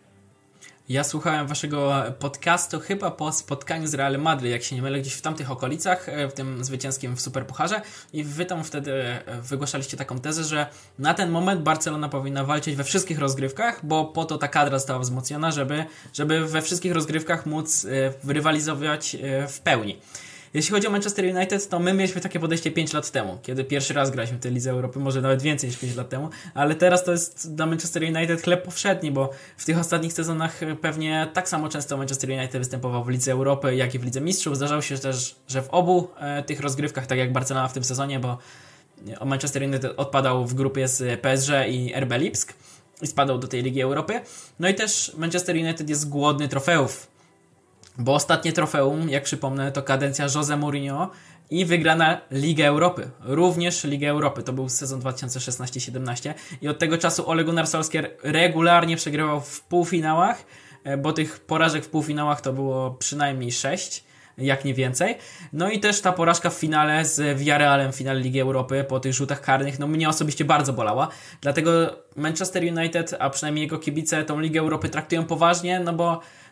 Ja słuchałem waszego podcastu chyba po spotkaniu z Realem Madryt, jak się nie mylę, gdzieś w tamtych okolicach, w tym zwycięskim w Superpucharze i wy tam wtedy wygłaszaliście taką tezę, że na ten moment Barcelona powinna walczyć we wszystkich rozgrywkach, bo po to ta kadra została wzmocniona, żeby, żeby we wszystkich rozgrywkach móc rywalizować w pełni. Jeśli chodzi o Manchester United, to my mieliśmy takie podejście pięć lat temu, kiedy pierwszy raz graliśmy w tej Lidze Europy, może nawet więcej niż pięć lat temu, ale teraz to jest dla Manchester United chleb powszedni, bo w tych ostatnich sezonach pewnie tak samo często Manchester United występował w Lidze Europy, jak i w Lidze Mistrzów. Zdarzało się też, że w obu e, tych rozgrywkach, tak jak Barcelona w tym sezonie, bo Manchester United odpadał w grupie z P S G i R B Lipsk i spadał do tej Ligi Europy. No i też Manchester United jest głodny trofeów, bo ostatnie trofeum, jak przypomnę, to kadencja Jose Mourinho i wygrana Ligę Europy. Również Ligę Europy. To był sezon dwa tysiące szesnaście siedemnaście i od tego czasu Ole Gunnar Solskjaer regularnie przegrywał w półfinałach, bo tych porażek w półfinałach to było przynajmniej sześć, jak nie więcej. No i też ta porażka w finale z Villarrealem w finale Ligi Europy po tych rzutach karnych, no mnie osobiście bardzo bolała. Dlatego Manchester United, a przynajmniej jego kibice, tą Ligę Europy traktują poważnie, no bo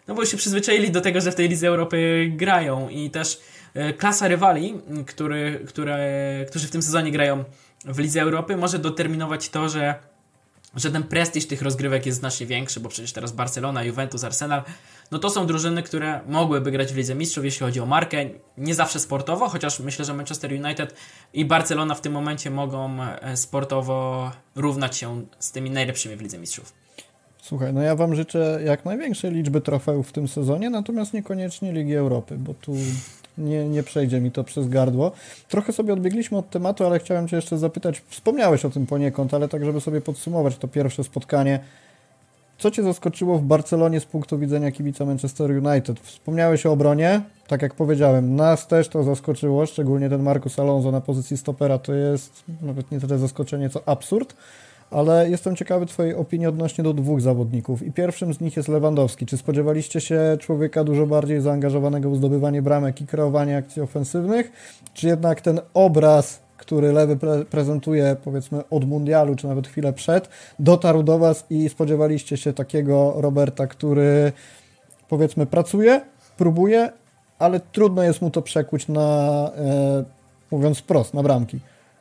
no bo już się przyzwyczaili do tego, że w tej Lidze Europy grają i też klasa rywali, który, które, którzy w tym sezonie grają w Lidze Europy, może determinować to, że, że ten prestiż tych rozgrywek jest znacznie większy, bo przecież teraz Barcelona, Juventus, Arsenal, no to są drużyny, które mogłyby grać w Lidze Mistrzów, jeśli chodzi o markę, nie zawsze sportowo, chociaż myślę, że Manchester United i Barcelona w tym momencie mogą sportowo równać się z tymi najlepszymi w Lidze Mistrzów. Słuchaj, no ja wam życzę jak największej liczby trofeów w tym sezonie, natomiast niekoniecznie Ligi Europy, bo tu nie, nie przejdzie mi to przez gardło. Trochę sobie odbiegliśmy od tematu, ale chciałem cię jeszcze zapytać, wspomniałeś o tym poniekąd, ale tak, żeby sobie podsumować to pierwsze spotkanie. Co cię zaskoczyło w Barcelonie z punktu widzenia kibica Manchester United? Wspomniałeś o obronie, tak jak powiedziałem, nas też to zaskoczyło, szczególnie ten Marcos Alonso na pozycji stopera, to jest nawet nie tyle zaskoczenie, co absurd, ale jestem ciekawy twojej opinii odnośnie do dwóch zawodników i pierwszym z nich jest Lewandowski. Czy spodziewaliście się człowieka dużo bardziej zaangażowanego w zdobywanie bramek i kreowanie akcji ofensywnych, czy jednak ten obraz, który Lewy pre- prezentuje powiedzmy od mundialu, czy nawet chwilę przed, dotarł do was i spodziewaliście się takiego Roberta, który powiedzmy pracuje, próbuje, ale trudno jest mu to przekuć na, e, mówiąc wprost, na bramki?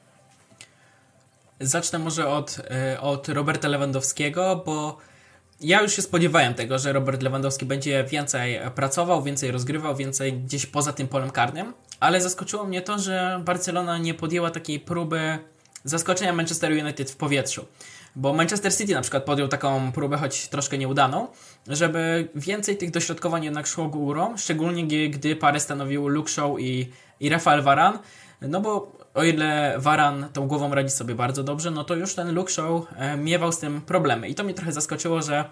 Zacznę może od, od Roberta Lewandowskiego, bo ja już się spodziewałem tego, że Robert Lewandowski będzie więcej pracował, więcej rozgrywał, więcej gdzieś poza tym polem karnym, ale zaskoczyło mnie to, że Barcelona nie podjęła takiej próby zaskoczenia Manchester United w powietrzu. Bo Manchester City na przykład podjął taką próbę, choć troszkę nieudaną, żeby więcej tych dośrodkowań jednak szło górą, szczególnie gdy parę stanowił Luke Shaw i, i Rafael Varane, no bo o ile Varane tą głową radzi sobie bardzo dobrze, no to już ten Luke Shaw e, miewał z tym problemy. I to mnie trochę zaskoczyło, że,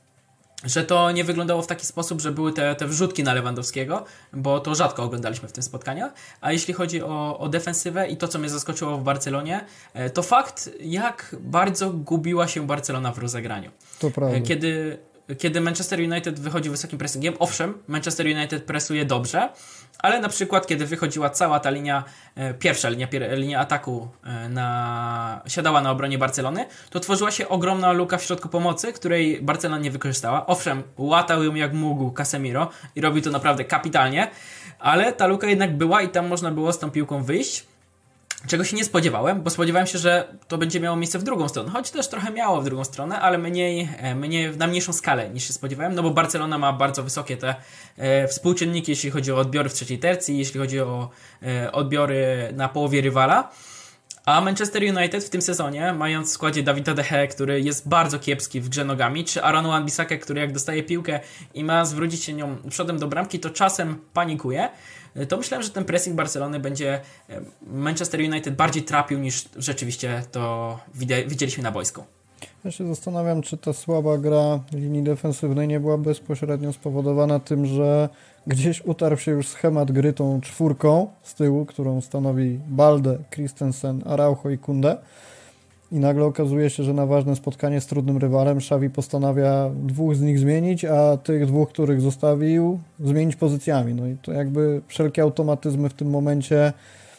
że to nie wyglądało w taki sposób, że były te, te wrzutki na Lewandowskiego, bo to rzadko oglądaliśmy w tym spotkaniu. A jeśli chodzi o, o defensywę i to, co mnie zaskoczyło w Barcelonie, e, to fakt, jak bardzo gubiła się Barcelona w rozegraniu. To prawda. E, kiedy... Kiedy Manchester United wychodzi wysokim pressingiem, owszem, Manchester United presuje dobrze, ale na przykład kiedy wychodziła cała ta linia, e, pierwsza linia, pier, linia ataku e, na, siadała na obronie Barcelony, to tworzyła się ogromna luka w środku pomocy, której Barcelona nie wykorzystała. Owszem, łatał ją jak mógł Casemiro i robił to naprawdę kapitalnie, ale ta luka jednak była i tam można było z tą piłką wyjść. Czego się nie spodziewałem, bo spodziewałem się, że to będzie miało miejsce w drugą stronę, choć też trochę miało w drugą stronę, ale mniej, mniej, na mniejszą skalę niż się spodziewałem, no bo Barcelona ma bardzo wysokie te e, współczynniki, jeśli chodzi o odbiory w trzeciej tercji, jeśli chodzi o e, odbiory na połowie rywala, a Manchester United w tym sezonie, mając w składzie Davida De Gea, który jest bardzo kiepski w grze nogami, czy Arona Wan-Bissakę, który jak dostaje piłkę i ma zwrócić się nią przodem do bramki, to czasem panikuje, to myślałem, że ten pressing Barcelony będzie Manchester United bardziej trapił niż rzeczywiście to widzieliśmy na boisku. Ja się zastanawiam, czy ta słaba gra linii defensywnej nie była bezpośrednio spowodowana tym, że gdzieś utarł się już schemat gry tą czwórką z tyłu, którą stanowi Balde, Christensen, Araujo i Koundé. I nagle okazuje się, że na ważne spotkanie z trudnym rywalem Xavi postanawia dwóch z nich zmienić, a tych dwóch, których zostawił, zmienić pozycjami. No i to jakby wszelkie automatyzmy w tym momencie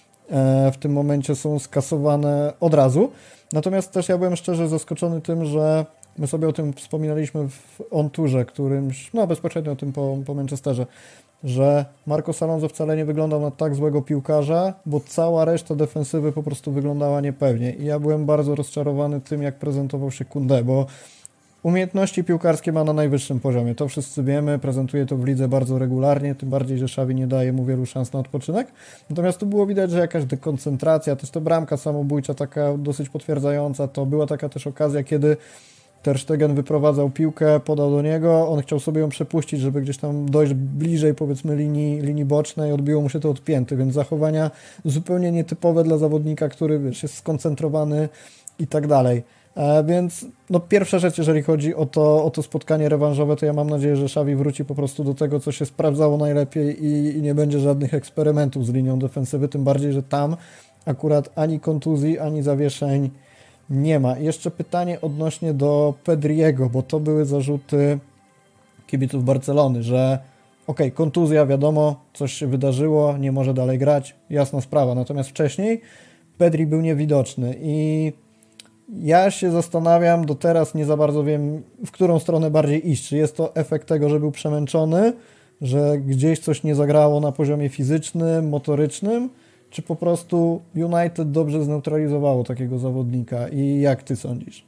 w tym momencie są skasowane od razu. Natomiast też ja byłem szczerze zaskoczony tym, że my sobie o tym wspominaliśmy w on-turze, którymś, no bezpośrednio o tym po, po Manchesterze, że Marcos Alonso wcale nie wyglądał na tak złego piłkarza, bo cała reszta defensywy po prostu wyglądała niepewnie. I ja byłem bardzo rozczarowany tym, jak prezentował się Koundé, bo umiejętności piłkarskie ma na najwyższym poziomie. To wszyscy wiemy, prezentuje to w lidze bardzo regularnie, tym bardziej, że Xavi nie daje mu wielu szans na odpoczynek. Natomiast tu było widać, że jakaś dekoncentracja, też to bramka samobójcza taka dosyć potwierdzająca, to była taka też okazja, kiedy Ter Stegen wyprowadzał piłkę, podał do niego, on chciał sobie ją przepuścić, żeby gdzieś tam dojść bliżej powiedzmy linii, linii bocznej, odbiło mu się to od pięty, więc zachowania zupełnie nietypowe dla zawodnika, który wiesz, jest skoncentrowany i tak dalej. E, więc no, pierwsza rzecz, jeżeli chodzi o to, o to spotkanie rewanżowe, to ja mam nadzieję, że Xavi wróci po prostu do tego, co się sprawdzało najlepiej i, i nie będzie żadnych eksperymentów z linią defensywy, tym bardziej, że tam akurat ani kontuzji, ani zawieszeń nie ma. I jeszcze pytanie odnośnie do Pedriego, bo to były zarzuty kibiców Barcelony, że okej, okay, kontuzja, wiadomo, coś się wydarzyło, nie może dalej grać, jasna sprawa. Natomiast wcześniej Pedri był niewidoczny i Ja się zastanawiam, do teraz nie za bardzo wiem, w którą stronę bardziej iść. Czy jest to efekt tego, że był przemęczony, że gdzieś coś nie zagrało na poziomie fizycznym, motorycznym, czy po prostu United dobrze zneutralizowało takiego zawodnika i jak ty sądzisz?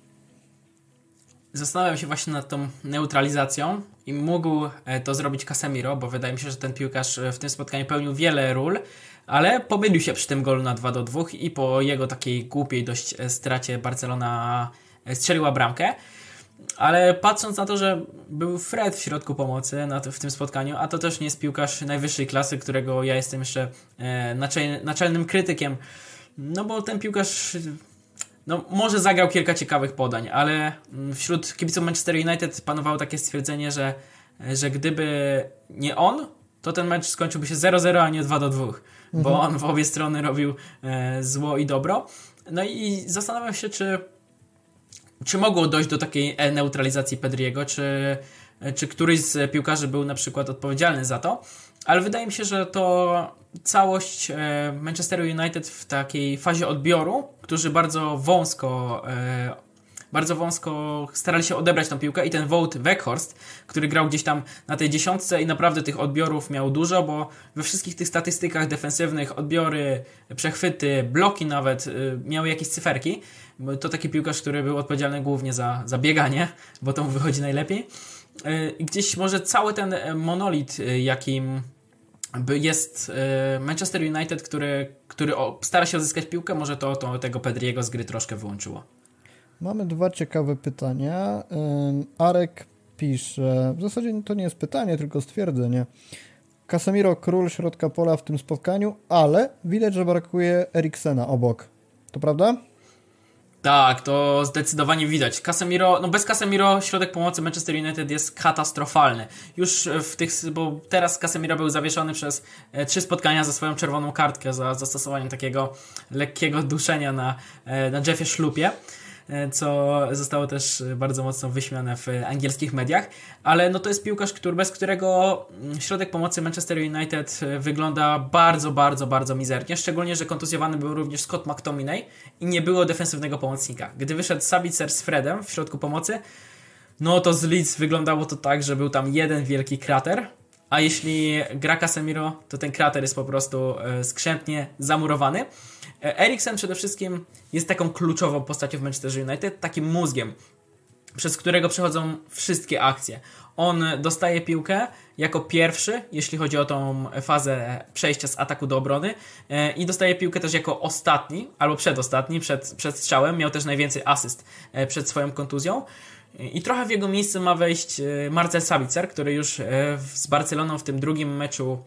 Zastanawiam się właśnie nad tą neutralizacją i mógł to zrobić Casemiro, bo wydaje mi się, że ten piłkarz w tym spotkaniu pełnił wiele ról, ale pomylił się przy tym golu na dwa do dwóch i po jego takiej głupiej dość stracie Barcelona strzeliła bramkę. Ale patrząc na to, że był Fred w środku pomocy na to, w tym spotkaniu, a to też nie jest piłkarz najwyższej klasy, którego ja jestem jeszcze e, naczel, naczelnym krytykiem, no bo ten piłkarz no, może zagrał kilka ciekawych podań, ale wśród kibiców Manchester United panowało takie stwierdzenie, że, że gdyby nie on, to ten mecz skończyłby się zero zero, a nie dwa do dwóch, mhm. bo on w obie strony robił e, zło i dobro. No i zastanawiam się, czy Czy mogło dojść do takiej neutralizacji Pedriego, czy, czy któryś z piłkarzy był na przykład odpowiedzialny za to, ale wydaje mi się, że to całość Manchesteru United w takiej fazie odbioru, którzy bardzo wąsko bardzo wąsko starali się odebrać tą piłkę i ten Wout Weghorst, który grał gdzieś tam na tej dziesiątce i naprawdę tych odbiorów miał dużo, bo we wszystkich tych statystykach defensywnych odbiory, przechwyty, bloki nawet miały jakieś cyferki. To taki piłkarz, który był odpowiedzialny głównie za, za bieganie, bo to mu wychodzi najlepiej. I gdzieś może cały ten monolit, jakim jest Manchester United, który, który stara się odzyskać piłkę, może to, to tego Pedriego z gry troszkę wyłączyło. Mamy dwa ciekawe pytania. Arek pisze, w zasadzie to nie jest pytanie, tylko stwierdzenie. Casemiro król środka pola w tym spotkaniu, ale widać, że brakuje Eriksena obok. To prawda? Tak, to zdecydowanie widać. Casemiro, no bez Casemiro środek pomocy Manchester United jest katastrofalny. Już w tych, bo teraz Casemiro był zawieszony przez e, trzy spotkania za swoją czerwoną kartkę, za zastosowaniem takiego lekkiego duszenia na, e, na Jeffie Szlupie, e, co zostało też bardzo mocno wyśmiane w angielskich mediach, ale no to jest piłkarz, który, bez którego środek pomocy Manchester United wygląda bardzo, bardzo, bardzo mizernie, szczególnie, że kontuzjowany był również Scott McTominay i nie było defensywnego pomocnika. Gdy wyszedł Sabitzer z Fredem w środku pomocy, no to z Leeds wyglądało to tak, że był tam jeden wielki krater, a jeśli gra Casemiro, to ten krater jest po prostu skrzętnie zamurowany. Eriksen przede wszystkim jest taką kluczową postacią w Manchester United, takim mózgiem, przez którego przechodzą wszystkie akcje. On dostaje piłkę jako pierwszy, jeśli chodzi o tą fazę przejścia z ataku do obrony, i dostaje piłkę też jako ostatni, albo przedostatni, przed, przed strzałem. Miał też najwięcej asyst przed swoją kontuzją. I trochę w jego miejsce ma wejść Marcel Sabitzer, który już z Barceloną w tym drugim meczu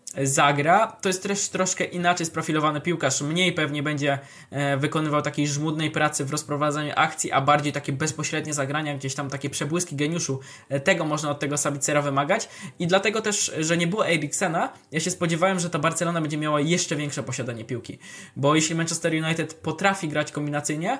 zagra. To jest też troszkę inaczej sprofilowany piłkarz. Mniej pewnie będzie wykonywał takiej żmudnej pracy w rozprowadzaniu akcji, a bardziej takie bezpośrednie zagrania, gdzieś tam takie przebłyski geniuszu. Tego można od tego Sabicera wymagać. I dlatego też, że nie było Eriksena, ja się spodziewałem, że ta Barcelona będzie miała jeszcze większe posiadanie piłki. Bo jeśli Manchester United potrafi grać kombinacyjnie,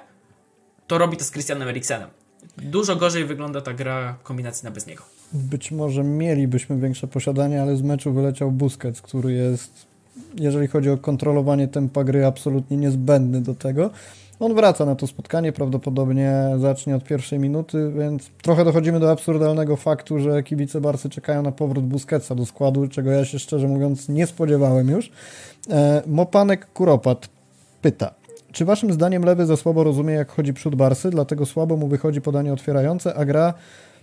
to robi to z Christianem Eriksenem. Dużo gorzej wygląda ta gra kombinacyjna bez niego. Być może mielibyśmy większe posiadanie, ale z meczu wyleciał Busquets, który jest, jeżeli chodzi o kontrolowanie tempa gry, absolutnie niezbędny do tego. On wraca na to spotkanie, prawdopodobnie zacznie od pierwszej minuty, więc trochę dochodzimy do absurdalnego faktu, że kibice Barcy czekają na powrót Busquetsa do składu, czego ja się szczerze mówiąc nie spodziewałem już. E, Mopanek Kuropat pyta: czy waszym zdaniem Lewy za słabo rozumie, jak chodzi przód Barsy, dlatego słabo mu wychodzi podanie otwierające, a gra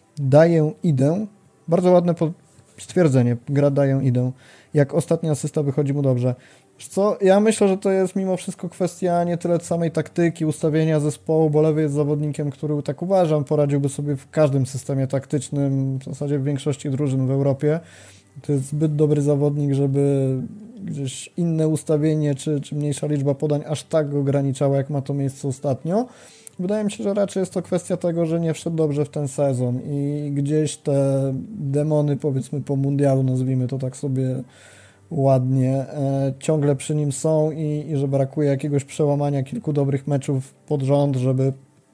daję idę? Bardzo ładne stwierdzenie. Gra daję idę. Jak ostatnia asysta wychodzi mu dobrze. Wiesz co? Ja myślę, że to jest mimo wszystko kwestia nie tyle samej taktyki, ustawienia zespołu, bo Lewy jest zawodnikiem, który, tak uważam, poradziłby sobie w każdym systemie taktycznym, w zasadzie w większości drużyn w Europie. To jest zbyt dobry zawodnik, żeby gdzieś inne ustawienie, czy, czy mniejsza liczba podań aż tak go ograniczała, jak ma to miejsce ostatnio. Wydaje mi się, że raczej jest to kwestia tego, że nie wszedł dobrze w ten sezon i gdzieś te demony, powiedzmy po mundialu, nazwijmy to tak sobie ładnie, e, ciągle przy nim są i, i że brakuje jakiegoś przełamania kilku dobrych meczów pod rząd, żeby,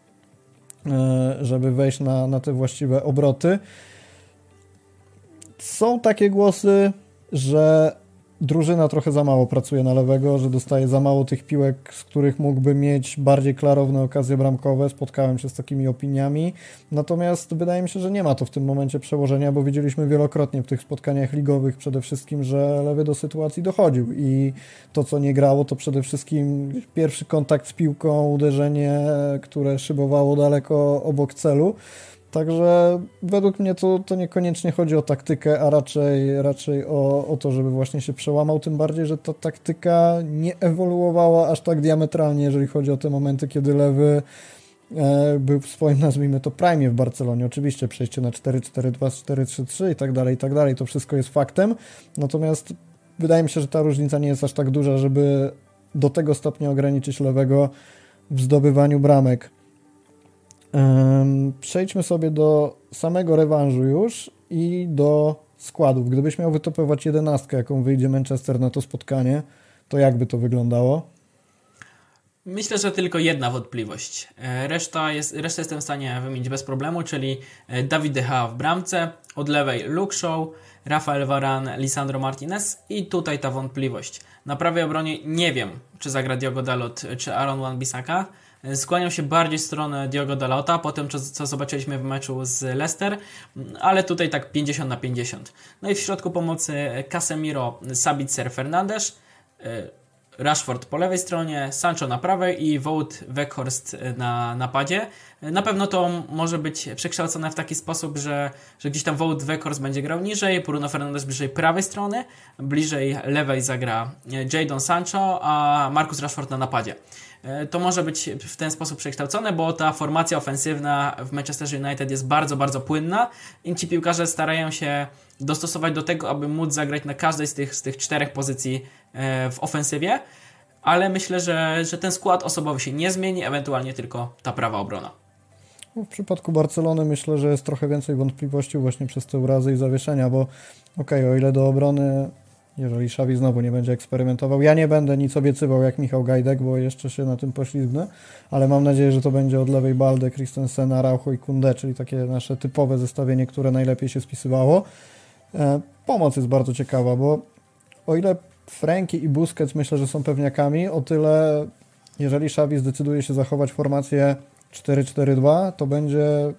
e, żeby wejść na, na te właściwe obroty. Są takie głosy, że drużyna trochę za mało pracuje na lewego, że dostaje za mało tych piłek, z których mógłby mieć bardziej klarowne okazje bramkowe. Spotkałem się z takimi opiniami. Natomiast wydaje mi się, że nie ma to w tym momencie przełożenia, bo widzieliśmy wielokrotnie w tych spotkaniach ligowych przede wszystkim, że lewy do sytuacji dochodził i to, co nie grało, to przede wszystkim pierwszy kontakt z piłką, uderzenie, które szybowało daleko obok celu. Także według mnie to, to niekoniecznie chodzi o taktykę, a raczej, raczej o, o to, żeby właśnie się przełamał, tym bardziej, że ta taktyka nie ewoluowała aż tak diametralnie, jeżeli chodzi o te momenty, kiedy lewy e, był w swoim, nazwijmy to, prime w Barcelonie. Oczywiście przejście na cztery cztery dwa, cztery trzy trzy i tak dalej, i tak dalej, to wszystko jest faktem, natomiast wydaje mi się, że ta różnica nie jest aż tak duża, żeby do tego stopnia ograniczyć lewego w zdobywaniu bramek. Przejdźmy sobie do samego rewanżu już i do składów. Gdybyś miał wytopować jedenastkę, jaką wyjdzie Manchester na to spotkanie, to jak by to wyglądało? Myślę, że tylko jedna wątpliwość. Reszta jest, resztę jestem w stanie wymienić bez problemu, czyli David De Gea w bramce, od lewej Luke Shaw, Rafael Varane, Lisandro Martinez i tutaj ta wątpliwość. Na prawej obronie nie wiem, czy zagra Diogo Dalot, czy Aaron Wan-Bissaka. Skłaniał się bardziej w stronę Diogo Dalota po tym, co zobaczyliśmy w meczu z Leicester, ale tutaj tak pięćdziesiąt na pięćdziesiąt. No i w środku pomocy Casemiro, Sabitzer, Fernandes, Rashford po lewej stronie, Sancho na prawej i Wout Weghorst na napadzie. Na pewno to może być przekształcone w taki sposób, że, że gdzieś tam Wout Weghorst będzie grał niżej, Bruno Fernandes bliżej prawej strony, bliżej lewej zagra Jadon Sancho, a Marcus Rashford na napadzie. To może być w ten sposób przekształcone, bo ta formacja ofensywna w Manchester United jest bardzo, bardzo płynna i ci piłkarze starają się dostosować do tego, aby móc zagrać na każdej z tych, z tych czterech pozycji w ofensywie, ale myślę, że, że ten skład osobowy się nie zmieni, ewentualnie tylko ta prawa obrona. W przypadku Barcelony myślę, że jest trochę więcej wątpliwości właśnie przez te urazy i zawieszenia, bo okej, okay, o ile do obrony, jeżeli Xavi znowu nie będzie eksperymentował, ja nie będę nic obiecywał jak Michał Gajdek, bo jeszcze się na tym poślizgnę, ale mam nadzieję, że to będzie od lewej Balde, Christensen, Araujo i Koundé, czyli takie nasze typowe zestawienie, które najlepiej się spisywało. E, pomoc jest bardzo ciekawa, bo o ile Frenkie i Busquets myślę, że są pewniakami, o tyle jeżeli Xavi zdecyduje się zachować formację cztery cztery dwa, to będzie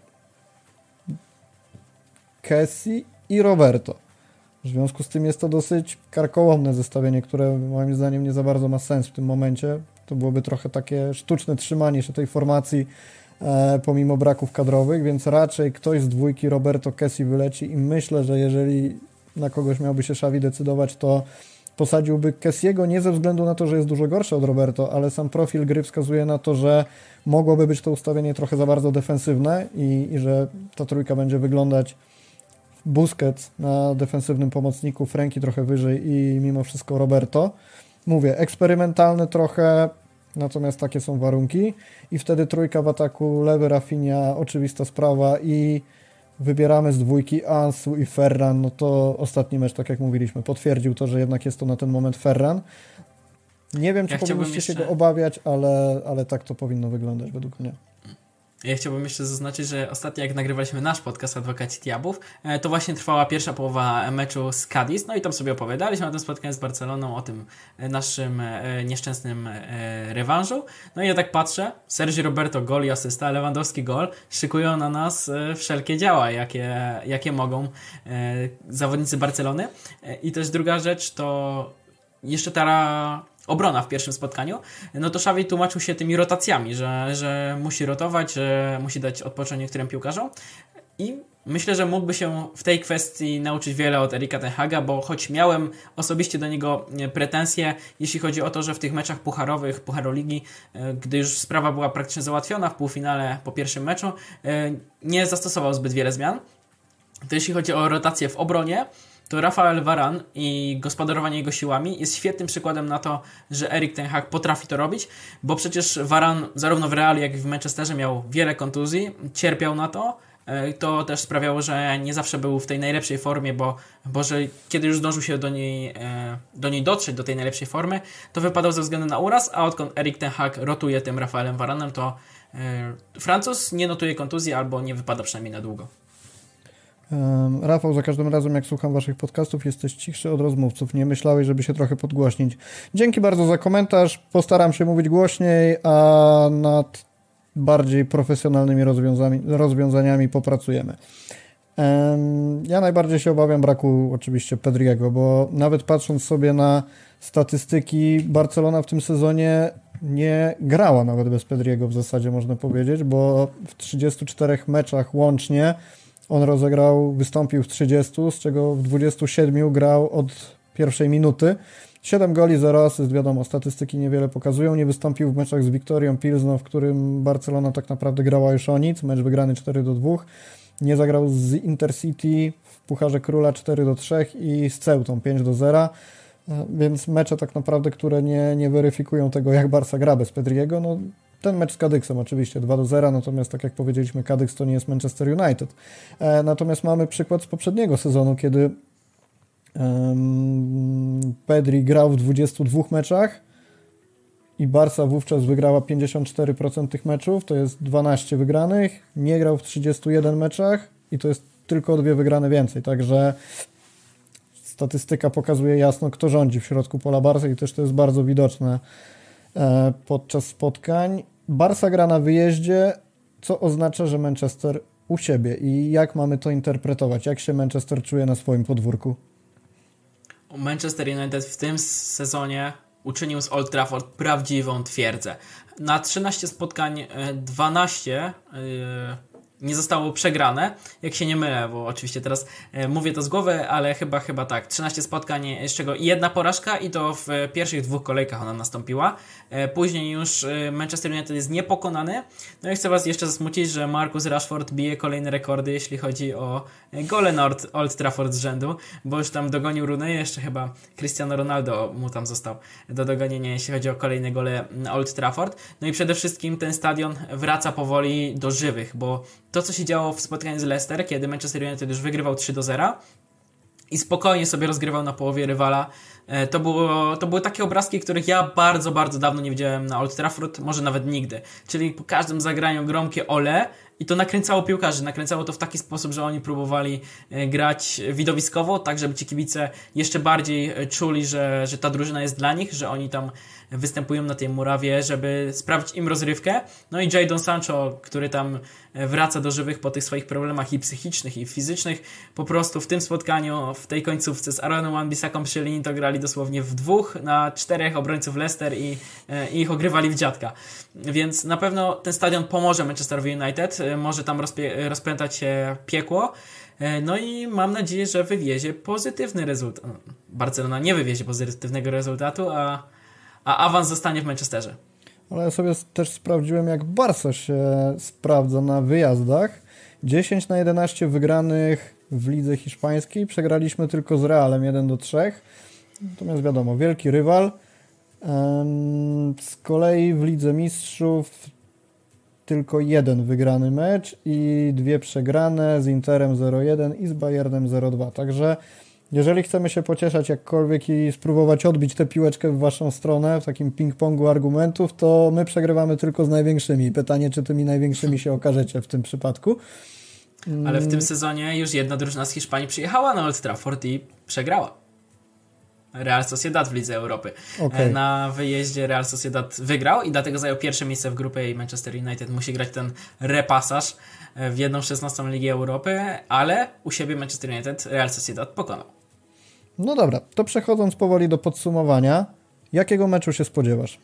Kessie i Roberto. W związku z tym jest to dosyć karkołomne zestawienie, które moim zdaniem nie za bardzo ma sens w tym momencie. To byłoby trochę takie sztuczne trzymanie się tej formacji e, pomimo braków kadrowych, więc raczej ktoś z dwójki Roberto Kessie wyleci i myślę, że jeżeli na kogoś miałby się Xavi decydować, to posadziłby Kessiego nie ze względu na to, że jest dużo gorszy od Roberto, ale sam profil gry wskazuje na to, że mogłoby być to ustawienie trochę za bardzo defensywne i, i że ta trójka będzie wyglądać Busquets na defensywnym pomocniku, Frenkie trochę wyżej i mimo wszystko Roberto. Mówię, eksperymentalny trochę, natomiast takie są warunki i wtedy trójka w ataku, lewy Rafinha, oczywista sprawa i wybieramy z dwójki Ansu i Ferran, no to ostatni mecz, tak jak mówiliśmy, potwierdził to, że jednak jest to na ten moment Ferran. Nie wiem, czy ja powinniście jeszcze... się go obawiać, ale, ale tak to powinno wyglądać według mnie. Ja chciałbym jeszcze zaznaczyć, że ostatnio jak nagrywaliśmy nasz podcast Adwokaci Diabłów, to właśnie trwała pierwsza połowa meczu z Cadiz, no i tam sobie opowiadaliśmy o tym spotkaniu z Barceloną, o tym naszym nieszczęsnym rewanżu. No i ja tak patrzę, Sergi Roberto gol i asysta, Lewandowski gol, szykują na nas wszelkie działa, jakie, jakie mogą zawodnicy Barcelony. I też druga rzecz to jeszcze ta obrona w pierwszym spotkaniu, no to Xavi tłumaczył się tymi rotacjami, że, że musi rotować, że musi dać odpocząć niektórym piłkarzom i myślę, że mógłby się w tej kwestii nauczyć wiele od Erika ten Haga, bo choć miałem osobiście do niego pretensje, jeśli chodzi o to, że w tych meczach pucharowych, Pucharoligi, gdy już sprawa była praktycznie załatwiona w półfinale po pierwszym meczu, nie zastosował zbyt wiele zmian. To jeśli chodzi o rotację w obronie, to Rafael Varane i gospodarowanie jego siłami jest świetnym przykładem na to, że Erik ten Hag potrafi to robić, bo przecież Varane zarówno w Realu, jak i w Manchesterze miał wiele kontuzji, cierpiał na to. To też sprawiało, że nie zawsze był w tej najlepszej formie, bo, bo że kiedy już zdążył się do niej, do niej dotrzeć, do tej najlepszej formy, to wypadał ze względu na uraz, a odkąd Erik ten Hag rotuje tym Rafaelem Varanem, to Francuz nie notuje kontuzji albo nie wypada przynajmniej na długo. Um, Rafał, za każdym razem jak słucham waszych podcastów, jesteś cichszy od rozmówców. Nie myślałeś, żeby się trochę podgłośnić. Dzięki bardzo za komentarz. Postaram się mówić głośniej, a nad bardziej profesjonalnymi rozwiązaniami, rozwiązaniami popracujemy. Um, ja najbardziej się obawiam braku oczywiście Pedriego, bo nawet patrząc sobie na statystyki, Barcelona w tym sezonie nie grała nawet bez Pedriego w zasadzie, można powiedzieć, bo w trzydziestu czterech meczach łącznie on rozegrał, wystąpił w trzydziestu, z czego w dwudziestu siedmiu grał od pierwszej minuty. siedem goli, zero asyst, wiadomo, statystyki niewiele pokazują. Nie wystąpił w meczach z Wiktorią Pilzno, w którym Barcelona tak naprawdę grała już o nic. Mecz wygrany cztery do dwóch. Nie zagrał z Intercity w Pucharze Króla cztery do trzech i z Ceutą pięć do zera. Więc mecze tak naprawdę, które nie, nie weryfikują tego, jak Barca gra bez Pedriego, no ten mecz z Kadyksem oczywiście dwa do zera, natomiast tak jak powiedzieliśmy, Kadyks to nie jest Manchester United. E, natomiast mamy przykład z poprzedniego sezonu, kiedy um, Pedri grał w dwudziestu dwóch meczach i Barca wówczas wygrała pięćdziesiąt cztery procent tych meczów, to jest dwanaście wygranych, nie grał w trzydziestu jeden meczach i to jest tylko o dwie wygrane więcej, także statystyka pokazuje jasno, kto rządzi w środku pola Barcy i też to jest bardzo widoczne e, podczas spotkań. Barca gra na wyjeździe, co oznacza, że Manchester u siebie. I jak mamy to interpretować? Jak się Manchester czuje na swoim podwórku? Manchester United w tym sezonie uczynił z Old Trafford prawdziwą twierdzę. Na trzynaście spotkań dwanaście yy, nie zostało przegrane, jak się nie mylę, bo oczywiście teraz e, mówię to z głowy, ale chyba chyba tak. trzynaście spotkań, z czego jedna porażka i to w e, pierwszych dwóch kolejkach ona nastąpiła. E, później już e, Manchester United jest niepokonany. No i chcę was jeszcze zasmucić, że Marcus Rashford bije kolejne rekordy, jeśli chodzi o e, gole na Old, Old Trafford z rzędu, bo już tam dogonił Rooney, jeszcze chyba Cristiano Ronaldo mu tam został do dogonienia, jeśli chodzi o kolejne gole na Old Trafford. No i przede wszystkim ten stadion wraca powoli do żywych, bo to, co się działo w spotkaniu z Leicester, kiedy Manchester United już wygrywał trzy do zera i spokojnie sobie rozgrywał na połowie rywala, to, było, to były takie obrazki, których ja bardzo, bardzo dawno nie widziałem na Old Trafford, może nawet nigdy. Czyli po każdym zagraniu gromkie ole i to nakręcało piłkarzy, nakręcało to w taki sposób, że oni próbowali grać widowiskowo, tak żeby ci kibice jeszcze bardziej czuli, że, że ta drużyna jest dla nich, że oni tam występują na tej murawie, żeby sprawić im rozrywkę. No i Jadon Sancho, który tam wraca do żywych po tych swoich problemach i psychicznych, i fizycznych, po prostu w tym spotkaniu, w tej końcówce z Aaronem Wan-Bissaką przy linii to grali dosłownie w dwóch na czterech obrońców Leicester i, i ich ogrywali w dziadka. Więc na pewno ten stadion pomoże Manchesterowi United, może tam rozpie- rozpętać się piekło. No i mam nadzieję, że wywiezie pozytywny rezultat. Barcelona nie wywiezie pozytywnego rezultatu, a, a awans zostanie w Manchesterze. Ale ja sobie też sprawdziłem, jak Barca się sprawdza na wyjazdach. dziesięć na jedenaście wygranych w lidze hiszpańskiej. Przegraliśmy tylko z Realem jeden do trzech. Natomiast wiadomo, wielki rywal. Z kolei w Lidze Mistrzów tylko jeden wygrany mecz i dwie przegrane, z Interem zero jeden i z Bayernem zero dwa. Także jeżeli chcemy się pocieszać jakkolwiek i spróbować odbić tę piłeczkę w waszą stronę, w takim ping-pongu argumentów, to my przegrywamy tylko z największymi. Pytanie, czy tymi największymi się okażecie w tym przypadku. Ale w tym sezonie już jedna drużyna z Hiszpanii przyjechała na Old Trafford i przegrała. Real Sociedad w Lidze Europy. Okay. Na wyjeździe Real Sociedad wygrał i dlatego zajął pierwsze miejsce w grupie i Manchester United musi grać ten repasaż w jedną szesnastą Ligi Europy, ale u siebie Manchester United Real Sociedad pokonał. No dobra, to przechodząc powoli do podsumowania, jakiego meczu się spodziewasz?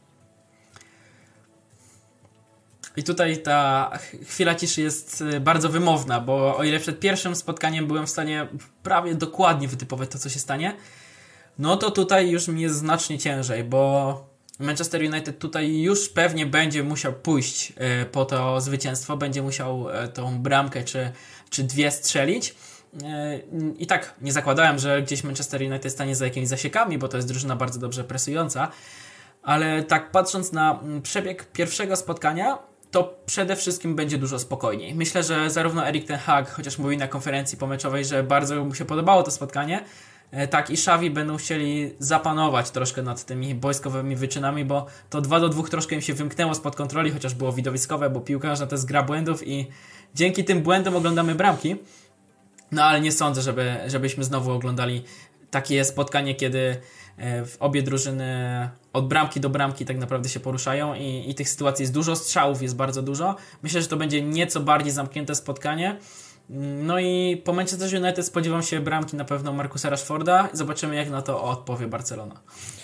I tutaj ta chwila ciszy jest bardzo wymowna, bo o ile przed pierwszym spotkaniem byłem w stanie prawie dokładnie wytypować to, co się stanie, no to tutaj już mi jest znacznie ciężej, bo Manchester United tutaj już pewnie będzie musiał pójść po to zwycięstwo, będzie musiał tą bramkę czy, czy dwie strzelić. I tak nie zakładałem, że gdzieś Manchester United stanie za jakimiś zasiekami, bo to jest drużyna bardzo dobrze presująca, ale tak patrząc na przebieg pierwszego spotkania, to przede wszystkim będzie dużo spokojniej. Myślę, że zarówno Erik ten Hag, chociaż mówił na konferencji pomeczowej, że bardzo mu się podobało to spotkanie, tak i Xavi będą chcieli zapanować troszkę nad tymi boiskowymi wyczynami, bo to dwa do dwóch troszkę im się wymknęło spod kontroli, chociaż było widowiskowe, bo piłkarza to jest gra błędów i dzięki tym błędom oglądamy bramki. No ale nie sądzę, żeby, żebyśmy znowu oglądali takie spotkanie, kiedy w obie drużyny od bramki do bramki tak naprawdę się poruszają i, i tych sytuacji jest dużo, strzałów jest bardzo dużo. Myślę, że to będzie nieco bardziej zamknięte spotkanie. No i po Manchester United spodziewam się bramki na pewno Marcusa Rashforda. Zobaczymy, jak na to odpowie Barcelona.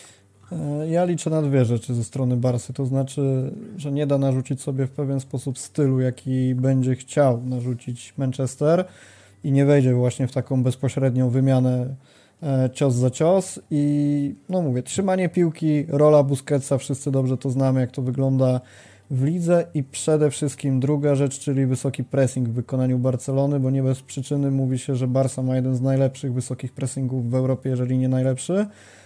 Ja liczę na dwie rzeczy ze strony Barsy, to znaczy, że nie da narzucić sobie w pewien sposób stylu, jaki będzie chciał narzucić Manchester i nie wejdzie właśnie w taką bezpośrednią wymianę cios za cios i no mówię, trzymanie piłki, rola Busquetsa, wszyscy dobrze to znamy, jak to wygląda w lidze i przede wszystkim druga rzecz, czyli wysoki pressing w wykonaniu Barcelony, bo nie bez przyczyny mówi się, że Barsa ma jeden z najlepszych wysokich pressingów w Europie, jeżeli nie najlepszy.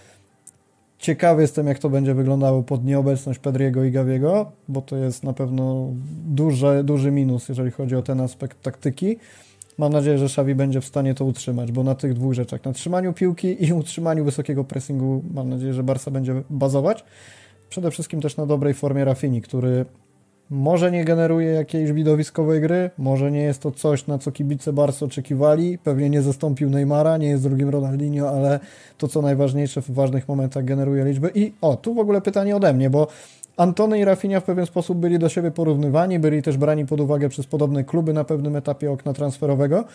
Ciekawy jestem, jak to będzie wyglądało pod nieobecność Pedriego i Gaviego, bo to jest na pewno duży, duży minus, jeżeli chodzi o ten aspekt taktyki. Mam nadzieję, że Xavi będzie w stanie to utrzymać, bo na tych dwóch rzeczach, na trzymaniu piłki i utrzymaniu wysokiego pressingu, mam nadzieję, że Barsa będzie bazować. Przede wszystkim też na dobrej formie Rafini, który może nie generuje jakiejś widowiskowej gry, może nie jest to coś, na co kibice Barsy oczekiwali, pewnie nie zastąpił Neymara, nie jest drugim Ronaldinho, ale to, co najważniejsze, w ważnych momentach generuje liczby. I o, tu w ogóle pytanie ode mnie, bo Antony i Rafinha w pewien sposób byli do siebie porównywani, byli też brani pod uwagę przez podobne kluby na pewnym etapie okna transferowego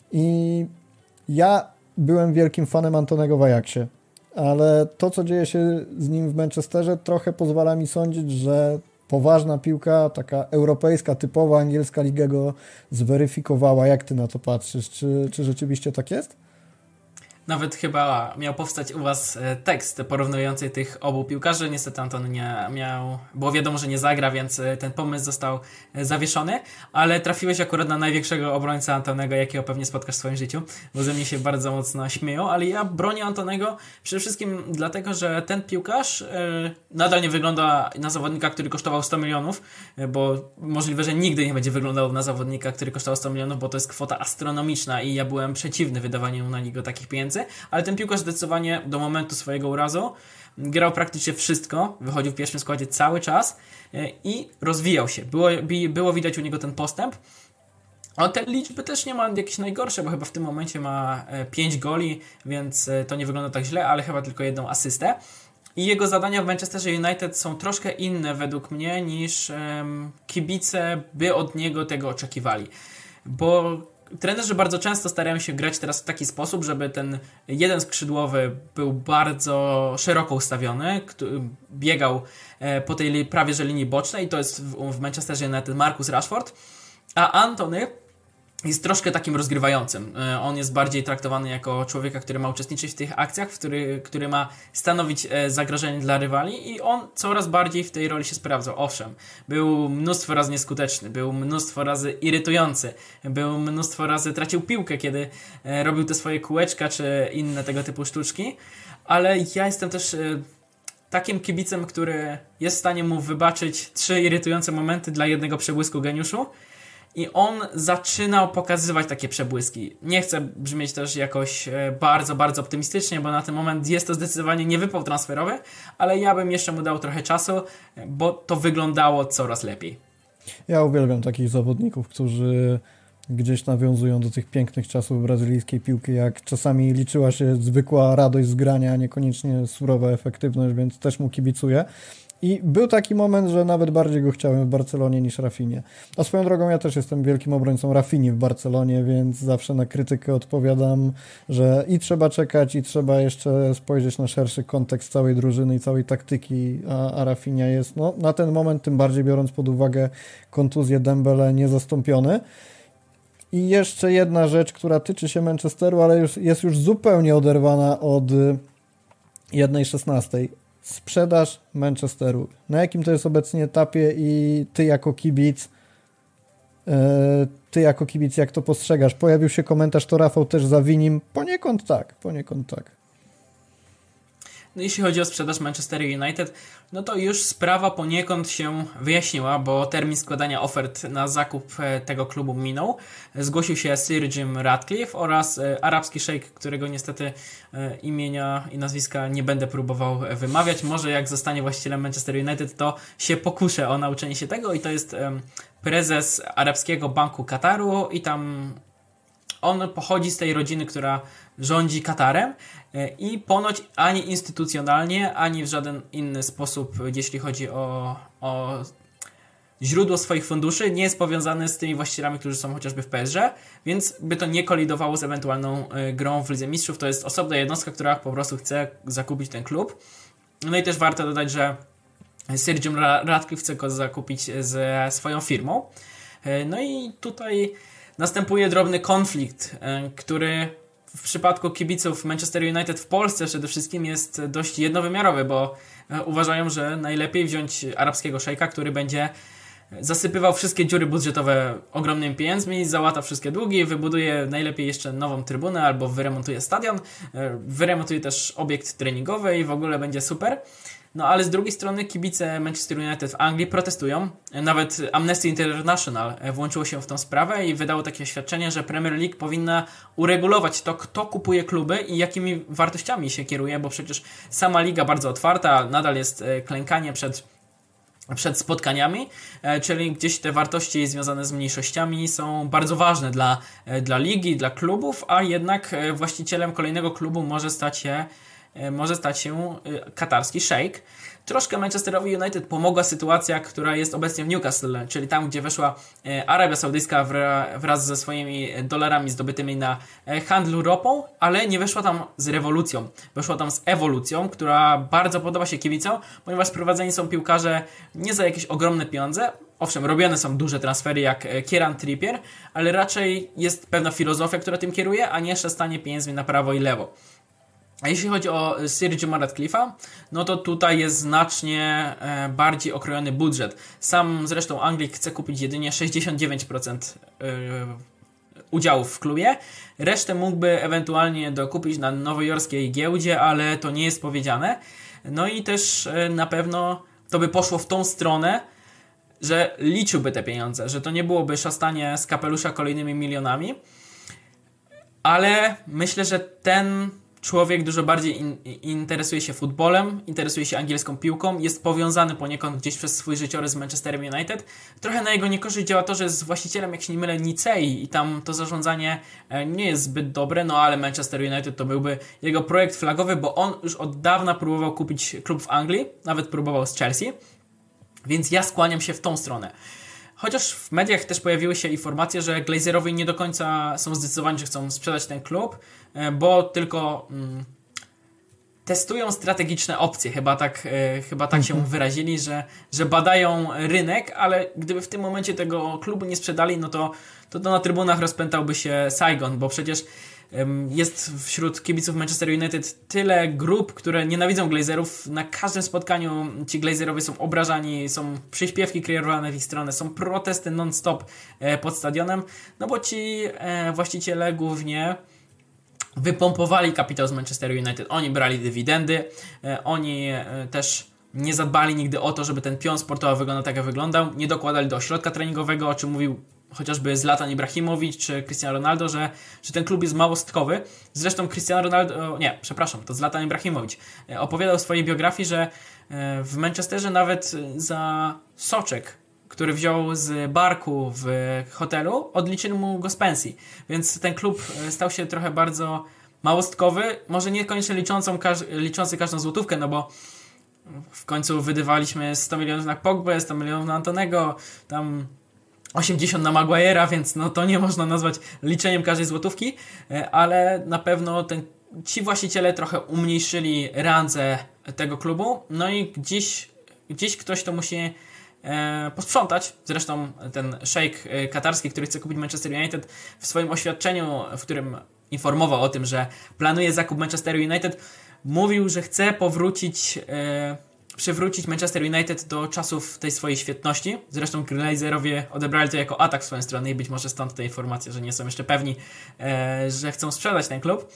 i ja byłem wielkim fanem Antonego w Ajaxie, ale to, co dzieje się z nim w Manchesterze, trochę pozwala mi sądzić, że poważna piłka, taka europejska, typowa angielska liga go zweryfikowała. Jak ty na to patrzysz? Czy, czy rzeczywiście tak jest? Nawet chyba miał powstać u was tekst porównujący tych obu piłkarzy. Niestety Antony nie miał, było wiadomo, że nie zagra, więc ten pomysł został zawieszony, ale trafiłeś akurat na największego obrońcę Antonego, jakiego pewnie spotkasz w swoim życiu, bo ze mnie się bardzo mocno śmieją, ale ja bronię Antonego przede wszystkim dlatego, że ten piłkarz nadal nie wygląda na zawodnika, który kosztował sto milionów, bo możliwe, że nigdy nie będzie wyglądał na zawodnika, który kosztował sto milionów, bo to jest kwota astronomiczna i ja byłem przeciwny wydawaniu na niego takich pieniędzy. Ale ten piłkarz zdecydowanie do momentu swojego urazu grał praktycznie wszystko, wychodził w pierwszym składzie cały czas i rozwijał się. Było, było widać u niego ten postęp. A te liczby też nie ma jakieś najgorsze, bo chyba w tym momencie ma pięć goli, więc to nie wygląda tak źle, ale chyba tylko jedną asystę. I jego zadania w Manchesterze United są troszkę inne według mnie niż um, kibice by od niego tego oczekiwali. Bo trenerzy bardzo często starają się grać teraz w taki sposób, żeby ten jeden skrzydłowy był bardzo szeroko ustawiony, biegał po tej prawie że linii bocznej i to jest w Manchesterze United Marcus Rashford, a Antony jest troszkę takim rozgrywającym. On jest bardziej traktowany jako człowieka, który ma uczestniczyć w tych akcjach, w który, który ma stanowić zagrożenie dla rywali i on coraz bardziej w tej roli się sprawdzał. Owszem, był mnóstwo razy nieskuteczny, był mnóstwo razy irytujący, był mnóstwo razy tracił piłkę, kiedy robił te swoje kółeczka czy inne tego typu sztuczki, ale ja jestem też takim kibicem, który jest w stanie mu wybaczyć trzy irytujące momenty dla jednego przebłysku geniuszu. I on zaczynał pokazywać takie przebłyski. Nie chcę brzmieć też jakoś bardzo, bardzo optymistycznie, bo na ten moment jest to zdecydowanie nie wypał transferowy, ale ja bym jeszcze mu dał trochę czasu, bo to wyglądało coraz lepiej. Ja uwielbiam takich zawodników, którzy gdzieś nawiązują do tych pięknych czasów brazylijskiej piłki, jak czasami liczyła się zwykła radość z grania, a niekoniecznie surowa efektywność, więc też mu kibicuję. I był taki moment, że nawet bardziej go chciałem w Barcelonie niż Rafinie. A swoją drogą ja też jestem wielkim obrońcą Rafini w Barcelonie, więc zawsze na krytykę odpowiadam, że i trzeba czekać, i trzeba jeszcze spojrzeć na szerszy kontekst całej drużyny i całej taktyki, a, a Rafinha jest no, na ten moment, tym bardziej biorąc pod uwagę kontuzję Dembele, niezastąpiony. I jeszcze jedna rzecz, która tyczy się Manchesteru, ale już, jest już zupełnie oderwana od jednej szesnastej. Sprzedaż Manchesteru. Na jakim to jest obecnie etapie i ty jako kibic, yy, ty jako kibic jak to postrzegasz? Pojawił się komentarz, to Rafał też zawinim. Poniekąd tak, poniekąd tak. No jeśli chodzi o sprzedaż Manchester United, no to już sprawa poniekąd się wyjaśniła, bo termin składania ofert na zakup tego klubu minął. Zgłosił się Sir Jim Ratcliffe oraz arabski szejk, którego niestety imienia i nazwiska nie będę próbował wymawiać. Może jak zostanie właścicielem Manchester United, to się pokuszę o nauczenie się tego i to jest prezes Arabskiego Banku Kataru i tam on pochodzi z tej rodziny, która rządzi Katarem i ponoć ani instytucjonalnie, ani w żaden inny sposób, jeśli chodzi o, o źródło swoich funduszy, nie jest powiązany z tymi właścicielami, którzy są chociażby w P S G, więc by to nie kolidowało z ewentualną grą w Lidze Mistrzów. To jest osobna jednostka, która po prostu chce zakupić ten klub. No i też warto dodać, że Sir Jim Ratcliffe chce go zakupić ze swoją firmą. No i tutaj następuje drobny konflikt, który w przypadku kibiców Manchester United w Polsce przede wszystkim jest dość jednowymiarowy, bo uważają, że najlepiej wziąć arabskiego szejka, który będzie zasypywał wszystkie dziury budżetowe ogromnymi pieniędzmi, załata wszystkie długi, wybuduje najlepiej jeszcze nową trybunę albo wyremontuje stadion, wyremontuje też obiekt treningowy i w ogóle będzie super. No ale z drugiej strony kibice Manchester United w Anglii protestują. Nawet Amnesty International włączyło się w tą sprawę i wydało takie oświadczenie, że Premier League powinna uregulować to, kto kupuje kluby i jakimi wartościami się kieruje, bo przecież sama liga bardzo otwarta, nadal jest klękanie przed przed spotkaniami, czyli gdzieś te wartości związane z mniejszościami są bardzo ważne dla, dla ligi, dla klubów, a jednak właścicielem kolejnego klubu może stać się może stać się katarski szejk. Troszkę Manchesterowi United pomogła sytuacja, która jest obecnie w Newcastle, czyli tam, gdzie weszła Arabia Saudyjska wraz ze swoimi dolarami zdobytymi na handlu ropą, ale nie weszła tam z rewolucją. Weszła tam z ewolucją, która bardzo podoba się kibicom, ponieważ sprowadzeni są piłkarze nie za jakieś ogromne pieniądze. Owszem, robione są duże transfery jak Kieran Trippier, ale raczej jest pewna filozofia, która tym kieruje, a nie szastanie pieniędzmi na prawo i lewo. A jeśli chodzi o Sir Jima Ratcliffe'a, no to tutaj jest znacznie e, bardziej okrojony budżet. Sam zresztą Anglik chce kupić jedynie sześćdziesiąt dziewięć procent e, udziałów w klubie. Resztę mógłby ewentualnie dokupić na nowojorskiej giełdzie, ale to nie jest powiedziane. No i też e, na pewno to by poszło w tą stronę, że liczyłby te pieniądze, że to nie byłoby szastanie z kapelusza kolejnymi milionami. Ale myślę, że ten człowiek dużo bardziej in, interesuje się futbolem, interesuje się angielską piłką, jest powiązany poniekąd gdzieś przez swój życiorys z Manchesterem United. Trochę na jego niekorzyść działa to, że jest właścicielem, jak się nie mylę, Nicei i tam to zarządzanie nie jest zbyt dobre, no ale Manchester United to byłby jego projekt flagowy, bo on już od dawna próbował kupić klub w Anglii, nawet próbował z Chelsea, więc ja skłaniam się w tą stronę. Chociaż w mediach też pojawiły się informacje, że Glazerowie nie do końca są zdecydowani, że chcą sprzedać ten klub, bo tylko mm, testują strategiczne opcje. Chyba tak, e, chyba tak się wyrazili, że, że badają rynek, ale gdyby w tym momencie tego klubu nie sprzedali, no to, to, to na trybunach rozpętałby się Saigon, bo przecież jest wśród kibiców Manchester United tyle grup, które nienawidzą Glazerów. Na każdym spotkaniu ci Glazerowie są obrażani, są przyśpiewki kreowane w ich stronę, są protesty non-stop pod stadionem, no bo ci właściciele głównie wypompowali kapitał z Manchester United. Oni brali dywidendy, oni też nie zadbali nigdy o to, żeby ten pion sportowy wyglądał tak, jak wyglądał, nie dokładali do ośrodka treningowego, o czym mówił chociażby Zlatan Ibrahimowicz czy Cristiano Ronaldo, że, że ten klub jest małostkowy. Zresztą Cristiano Ronaldo, nie, przepraszam, to Zlatan Ibrahimowicz opowiadał w swojej biografii, że w Manchesterze nawet za soczek, który wziął z barku w hotelu, odliczyli mu go z pensji. Więc ten klub stał się trochę bardzo małostkowy, może niekoniecznie liczącą, liczący każdą złotówkę, no bo w końcu wydawaliśmy sto milionów na Pogbę, sto milionów na Antonego, tam osiemdziesiąt na Maguire'a, więc no to nie można nazwać liczeniem każdej złotówki, ale na pewno ten, ci właściciele trochę umniejszyli rangę tego klubu, no i dziś, dziś ktoś to musi e, posprzątać. Zresztą ten szejk katarski, który chce kupić Manchester United, w swoim oświadczeniu, w którym informował o tym, że planuje zakup Manchester United, mówił, że chce powrócić e, przywrócić Manchester United do czasów tej swojej świetności. Zresztą Glazerowie odebrali to jako atak w swoją stronę i być może stąd te informacje, że nie są jeszcze pewni, e, że chcą sprzedać ten klub.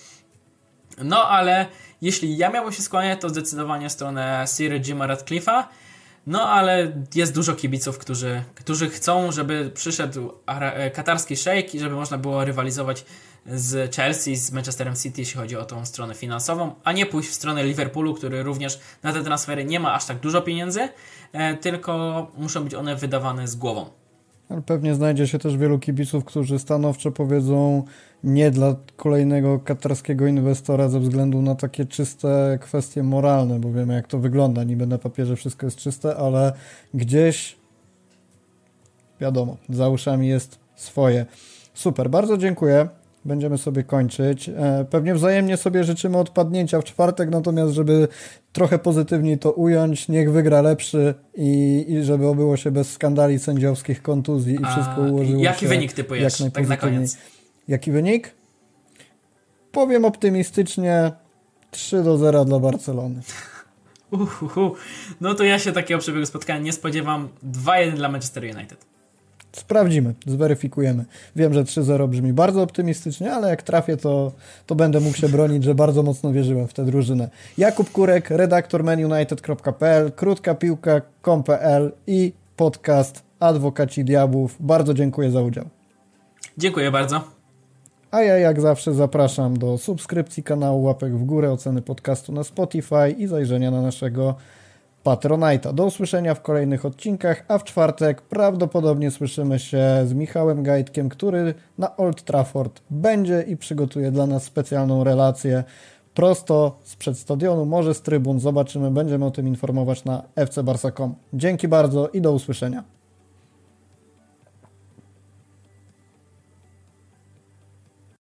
No ale jeśli ja miałbym się skłaniać, to zdecydowanie w stronę Sir Jima Ratcliffe'a. No ale jest dużo kibiców, którzy, którzy chcą, żeby przyszedł katarski szejk i żeby można było rywalizować z Chelsea, z Manchesterem City, jeśli chodzi o tą stronę finansową, a nie pójść w stronę Liverpoolu, który również na te transfery nie ma aż tak dużo pieniędzy, tylko muszą być one wydawane z głową. Ale pewnie znajdzie się też wielu kibiców, którzy stanowczo powiedzą nie dla kolejnego katarskiego inwestora ze względu na takie czyste kwestie moralne, bo wiemy jak to wygląda. Niby na papierze wszystko jest czyste, ale gdzieś wiadomo, za uszami jest swoje. Super, bardzo dziękuję. Będziemy sobie kończyć. Pewnie wzajemnie sobie życzymy odpadnięcia w czwartek, natomiast żeby trochę pozytywniej to ująć, niech wygra lepszy i, i żeby obyło się bez skandali sędziowskich, kontuzji i wszystko ułożyło się. Jaki wynik typujesz? Tak na koniec. Jaki wynik? Powiem optymistycznie trzy do zera dla Barcelony. Uhuhu. No to ja się takiego przebiegu spotkania nie spodziewam. dwa jeden dla Manchester United. Sprawdzimy, zweryfikujemy. Wiem, że trzy zero brzmi bardzo optymistycznie, ale jak trafię, to, to będę mógł się bronić, że bardzo mocno wierzyłem w tę drużynę. Jakub Kurek, redaktor manunited kropka p l, krótka piłka kropka com kropka p l i podcast Adwokaci Diabłów. Bardzo dziękuję za udział. Dziękuję bardzo. A ja jak zawsze zapraszam do subskrypcji kanału, łapek w górę, oceny podcastu na Spotify i zajrzenia na naszego Patronite'a. Do usłyszenia w kolejnych odcinkach, a w czwartek prawdopodobnie słyszymy się z Michałem Gajtkiem, który na Old Trafford będzie i przygotuje dla nas specjalną relację prosto sprzed stadionu, może z trybun. Zobaczymy, będziemy o tym informować na f c barsa kropka com. Dzięki bardzo i do usłyszenia.